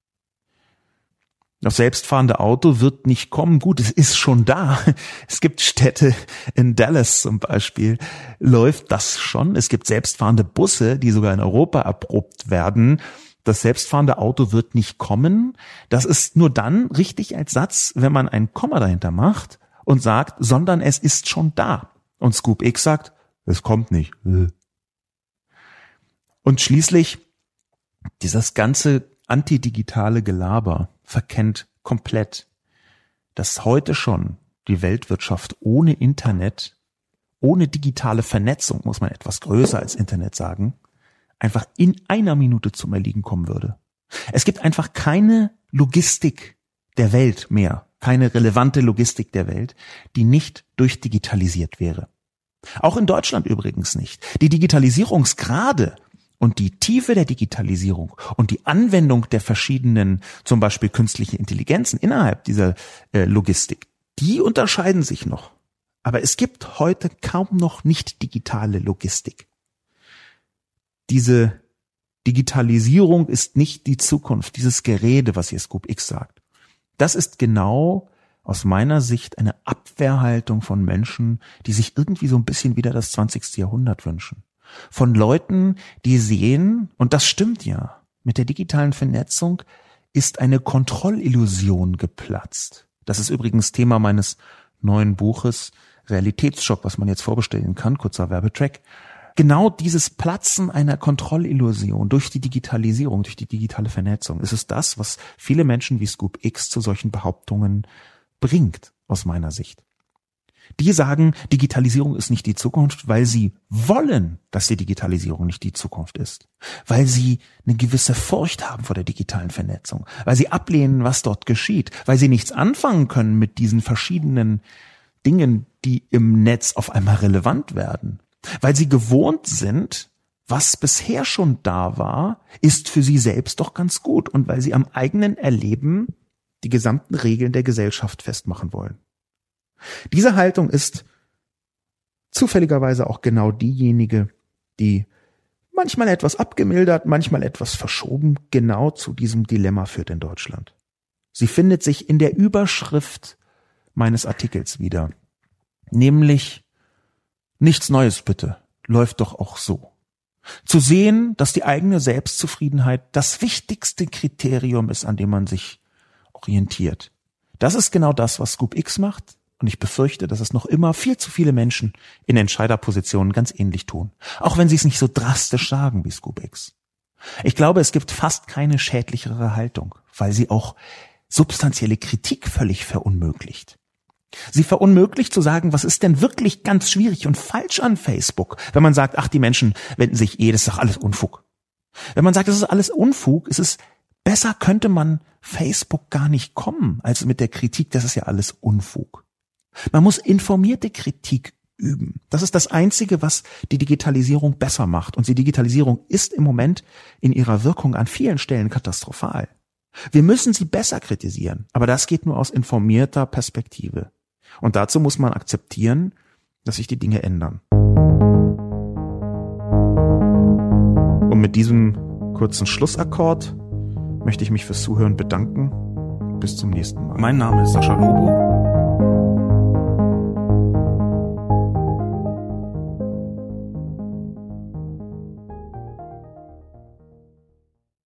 A: Das selbstfahrende Auto wird nicht kommen. Gut, es ist schon da. Es gibt Städte, in Dallas zum Beispiel, läuft das schon. Es gibt selbstfahrende Busse, die sogar in Europa erprobt werden. Das selbstfahrende Auto wird nicht kommen. Das ist nur dann richtig als Satz, wenn man ein Komma dahinter macht und sagt, sondern es ist schon da. Und Scoop X sagt, es kommt nicht. Und schließlich dieses ganze antidigitale Gelaber verkennt komplett, dass heute schon die Weltwirtschaft ohne Internet, ohne digitale Vernetzung, muss man etwas größer als Internet sagen, einfach in einer Minute zum Erliegen kommen würde. Es gibt einfach keine Logistik der Welt mehr, keine relevante Logistik der Welt, die nicht durchdigitalisiert wäre. Auch in Deutschland übrigens nicht. Die Digitalisierungsgrade und die Tiefe der Digitalisierung und die Anwendung der verschiedenen, zum Beispiel künstliche Intelligenzen innerhalb dieser äh, Logistik, die unterscheiden sich noch. Aber es gibt heute kaum noch nicht digitale Logistik. Diese Digitalisierung ist nicht die Zukunft, dieses Gerede, was hier Scoop X sagt. Das ist genau aus meiner Sicht eine Abwehrhaltung von Menschen, die sich irgendwie so ein bisschen wieder das zwanzigste Jahrhundert wünschen. Von Leuten, die sehen, und das stimmt ja, mit der digitalen Vernetzung ist eine Kontrollillusion geplatzt. Das ist übrigens Thema meines neuen Buches Realitätsschock, was man jetzt vorbestellen kann, kurzer Werbetrack. Genau dieses Platzen einer Kontrollillusion durch die Digitalisierung, durch die digitale Vernetzung, ist es das, was viele Menschen wie Scoop X zu solchen Behauptungen bringt, aus meiner Sicht. Die sagen, Digitalisierung ist nicht die Zukunft, weil sie wollen, dass die Digitalisierung nicht die Zukunft ist. Weil sie eine gewisse Furcht haben vor der digitalen Vernetzung. Weil sie ablehnen, was dort geschieht. Weil sie nichts anfangen können mit diesen verschiedenen Dingen, die im Netz auf einmal relevant werden. Weil sie gewohnt sind, was bisher schon da war, ist für sie selbst doch ganz gut. Und weil sie am eigenen Erleben die gesamten Regeln der Gesellschaft festmachen wollen. Diese Haltung ist zufälligerweise auch genau diejenige, die manchmal etwas abgemildert, manchmal etwas verschoben genau zu diesem Dilemma führt in Deutschland. Sie findet sich in der Überschrift meines Artikels wieder, nämlich nichts Neues bitte, läuft doch auch so. Zu sehen, dass die eigene Selbstzufriedenheit das wichtigste Kriterium ist, an dem man sich orientiert. Das ist genau das, was Scoop X macht. Und ich befürchte, dass es noch immer viel zu viele Menschen in Entscheiderpositionen ganz ähnlich tun. Auch wenn sie es nicht so drastisch sagen wie Scoop X. Ich glaube, es gibt fast keine schädlichere Haltung, weil sie auch substanzielle Kritik völlig verunmöglicht. Sie verunmöglicht zu sagen, was ist denn wirklich ganz schwierig und falsch an Facebook, wenn man sagt, ach, die Menschen wenden sich eh, das ist doch alles Unfug. Wenn man sagt, das ist alles Unfug, ist es besser, könnte man Facebook gar nicht kommen, als mit der Kritik, das ist ja alles Unfug. Man muss informierte Kritik üben. Das ist das Einzige, was die Digitalisierung besser macht. Und die Digitalisierung ist im Moment in ihrer Wirkung an vielen Stellen katastrophal. Wir müssen sie besser kritisieren, aber das geht nur aus informierter Perspektive. Und dazu muss man akzeptieren, dass sich die Dinge ändern. Und mit diesem kurzen Schlussakkord möchte ich mich fürs Zuhören bedanken. Bis zum nächsten Mal.
C: Mein Name ist Sascha Lobo.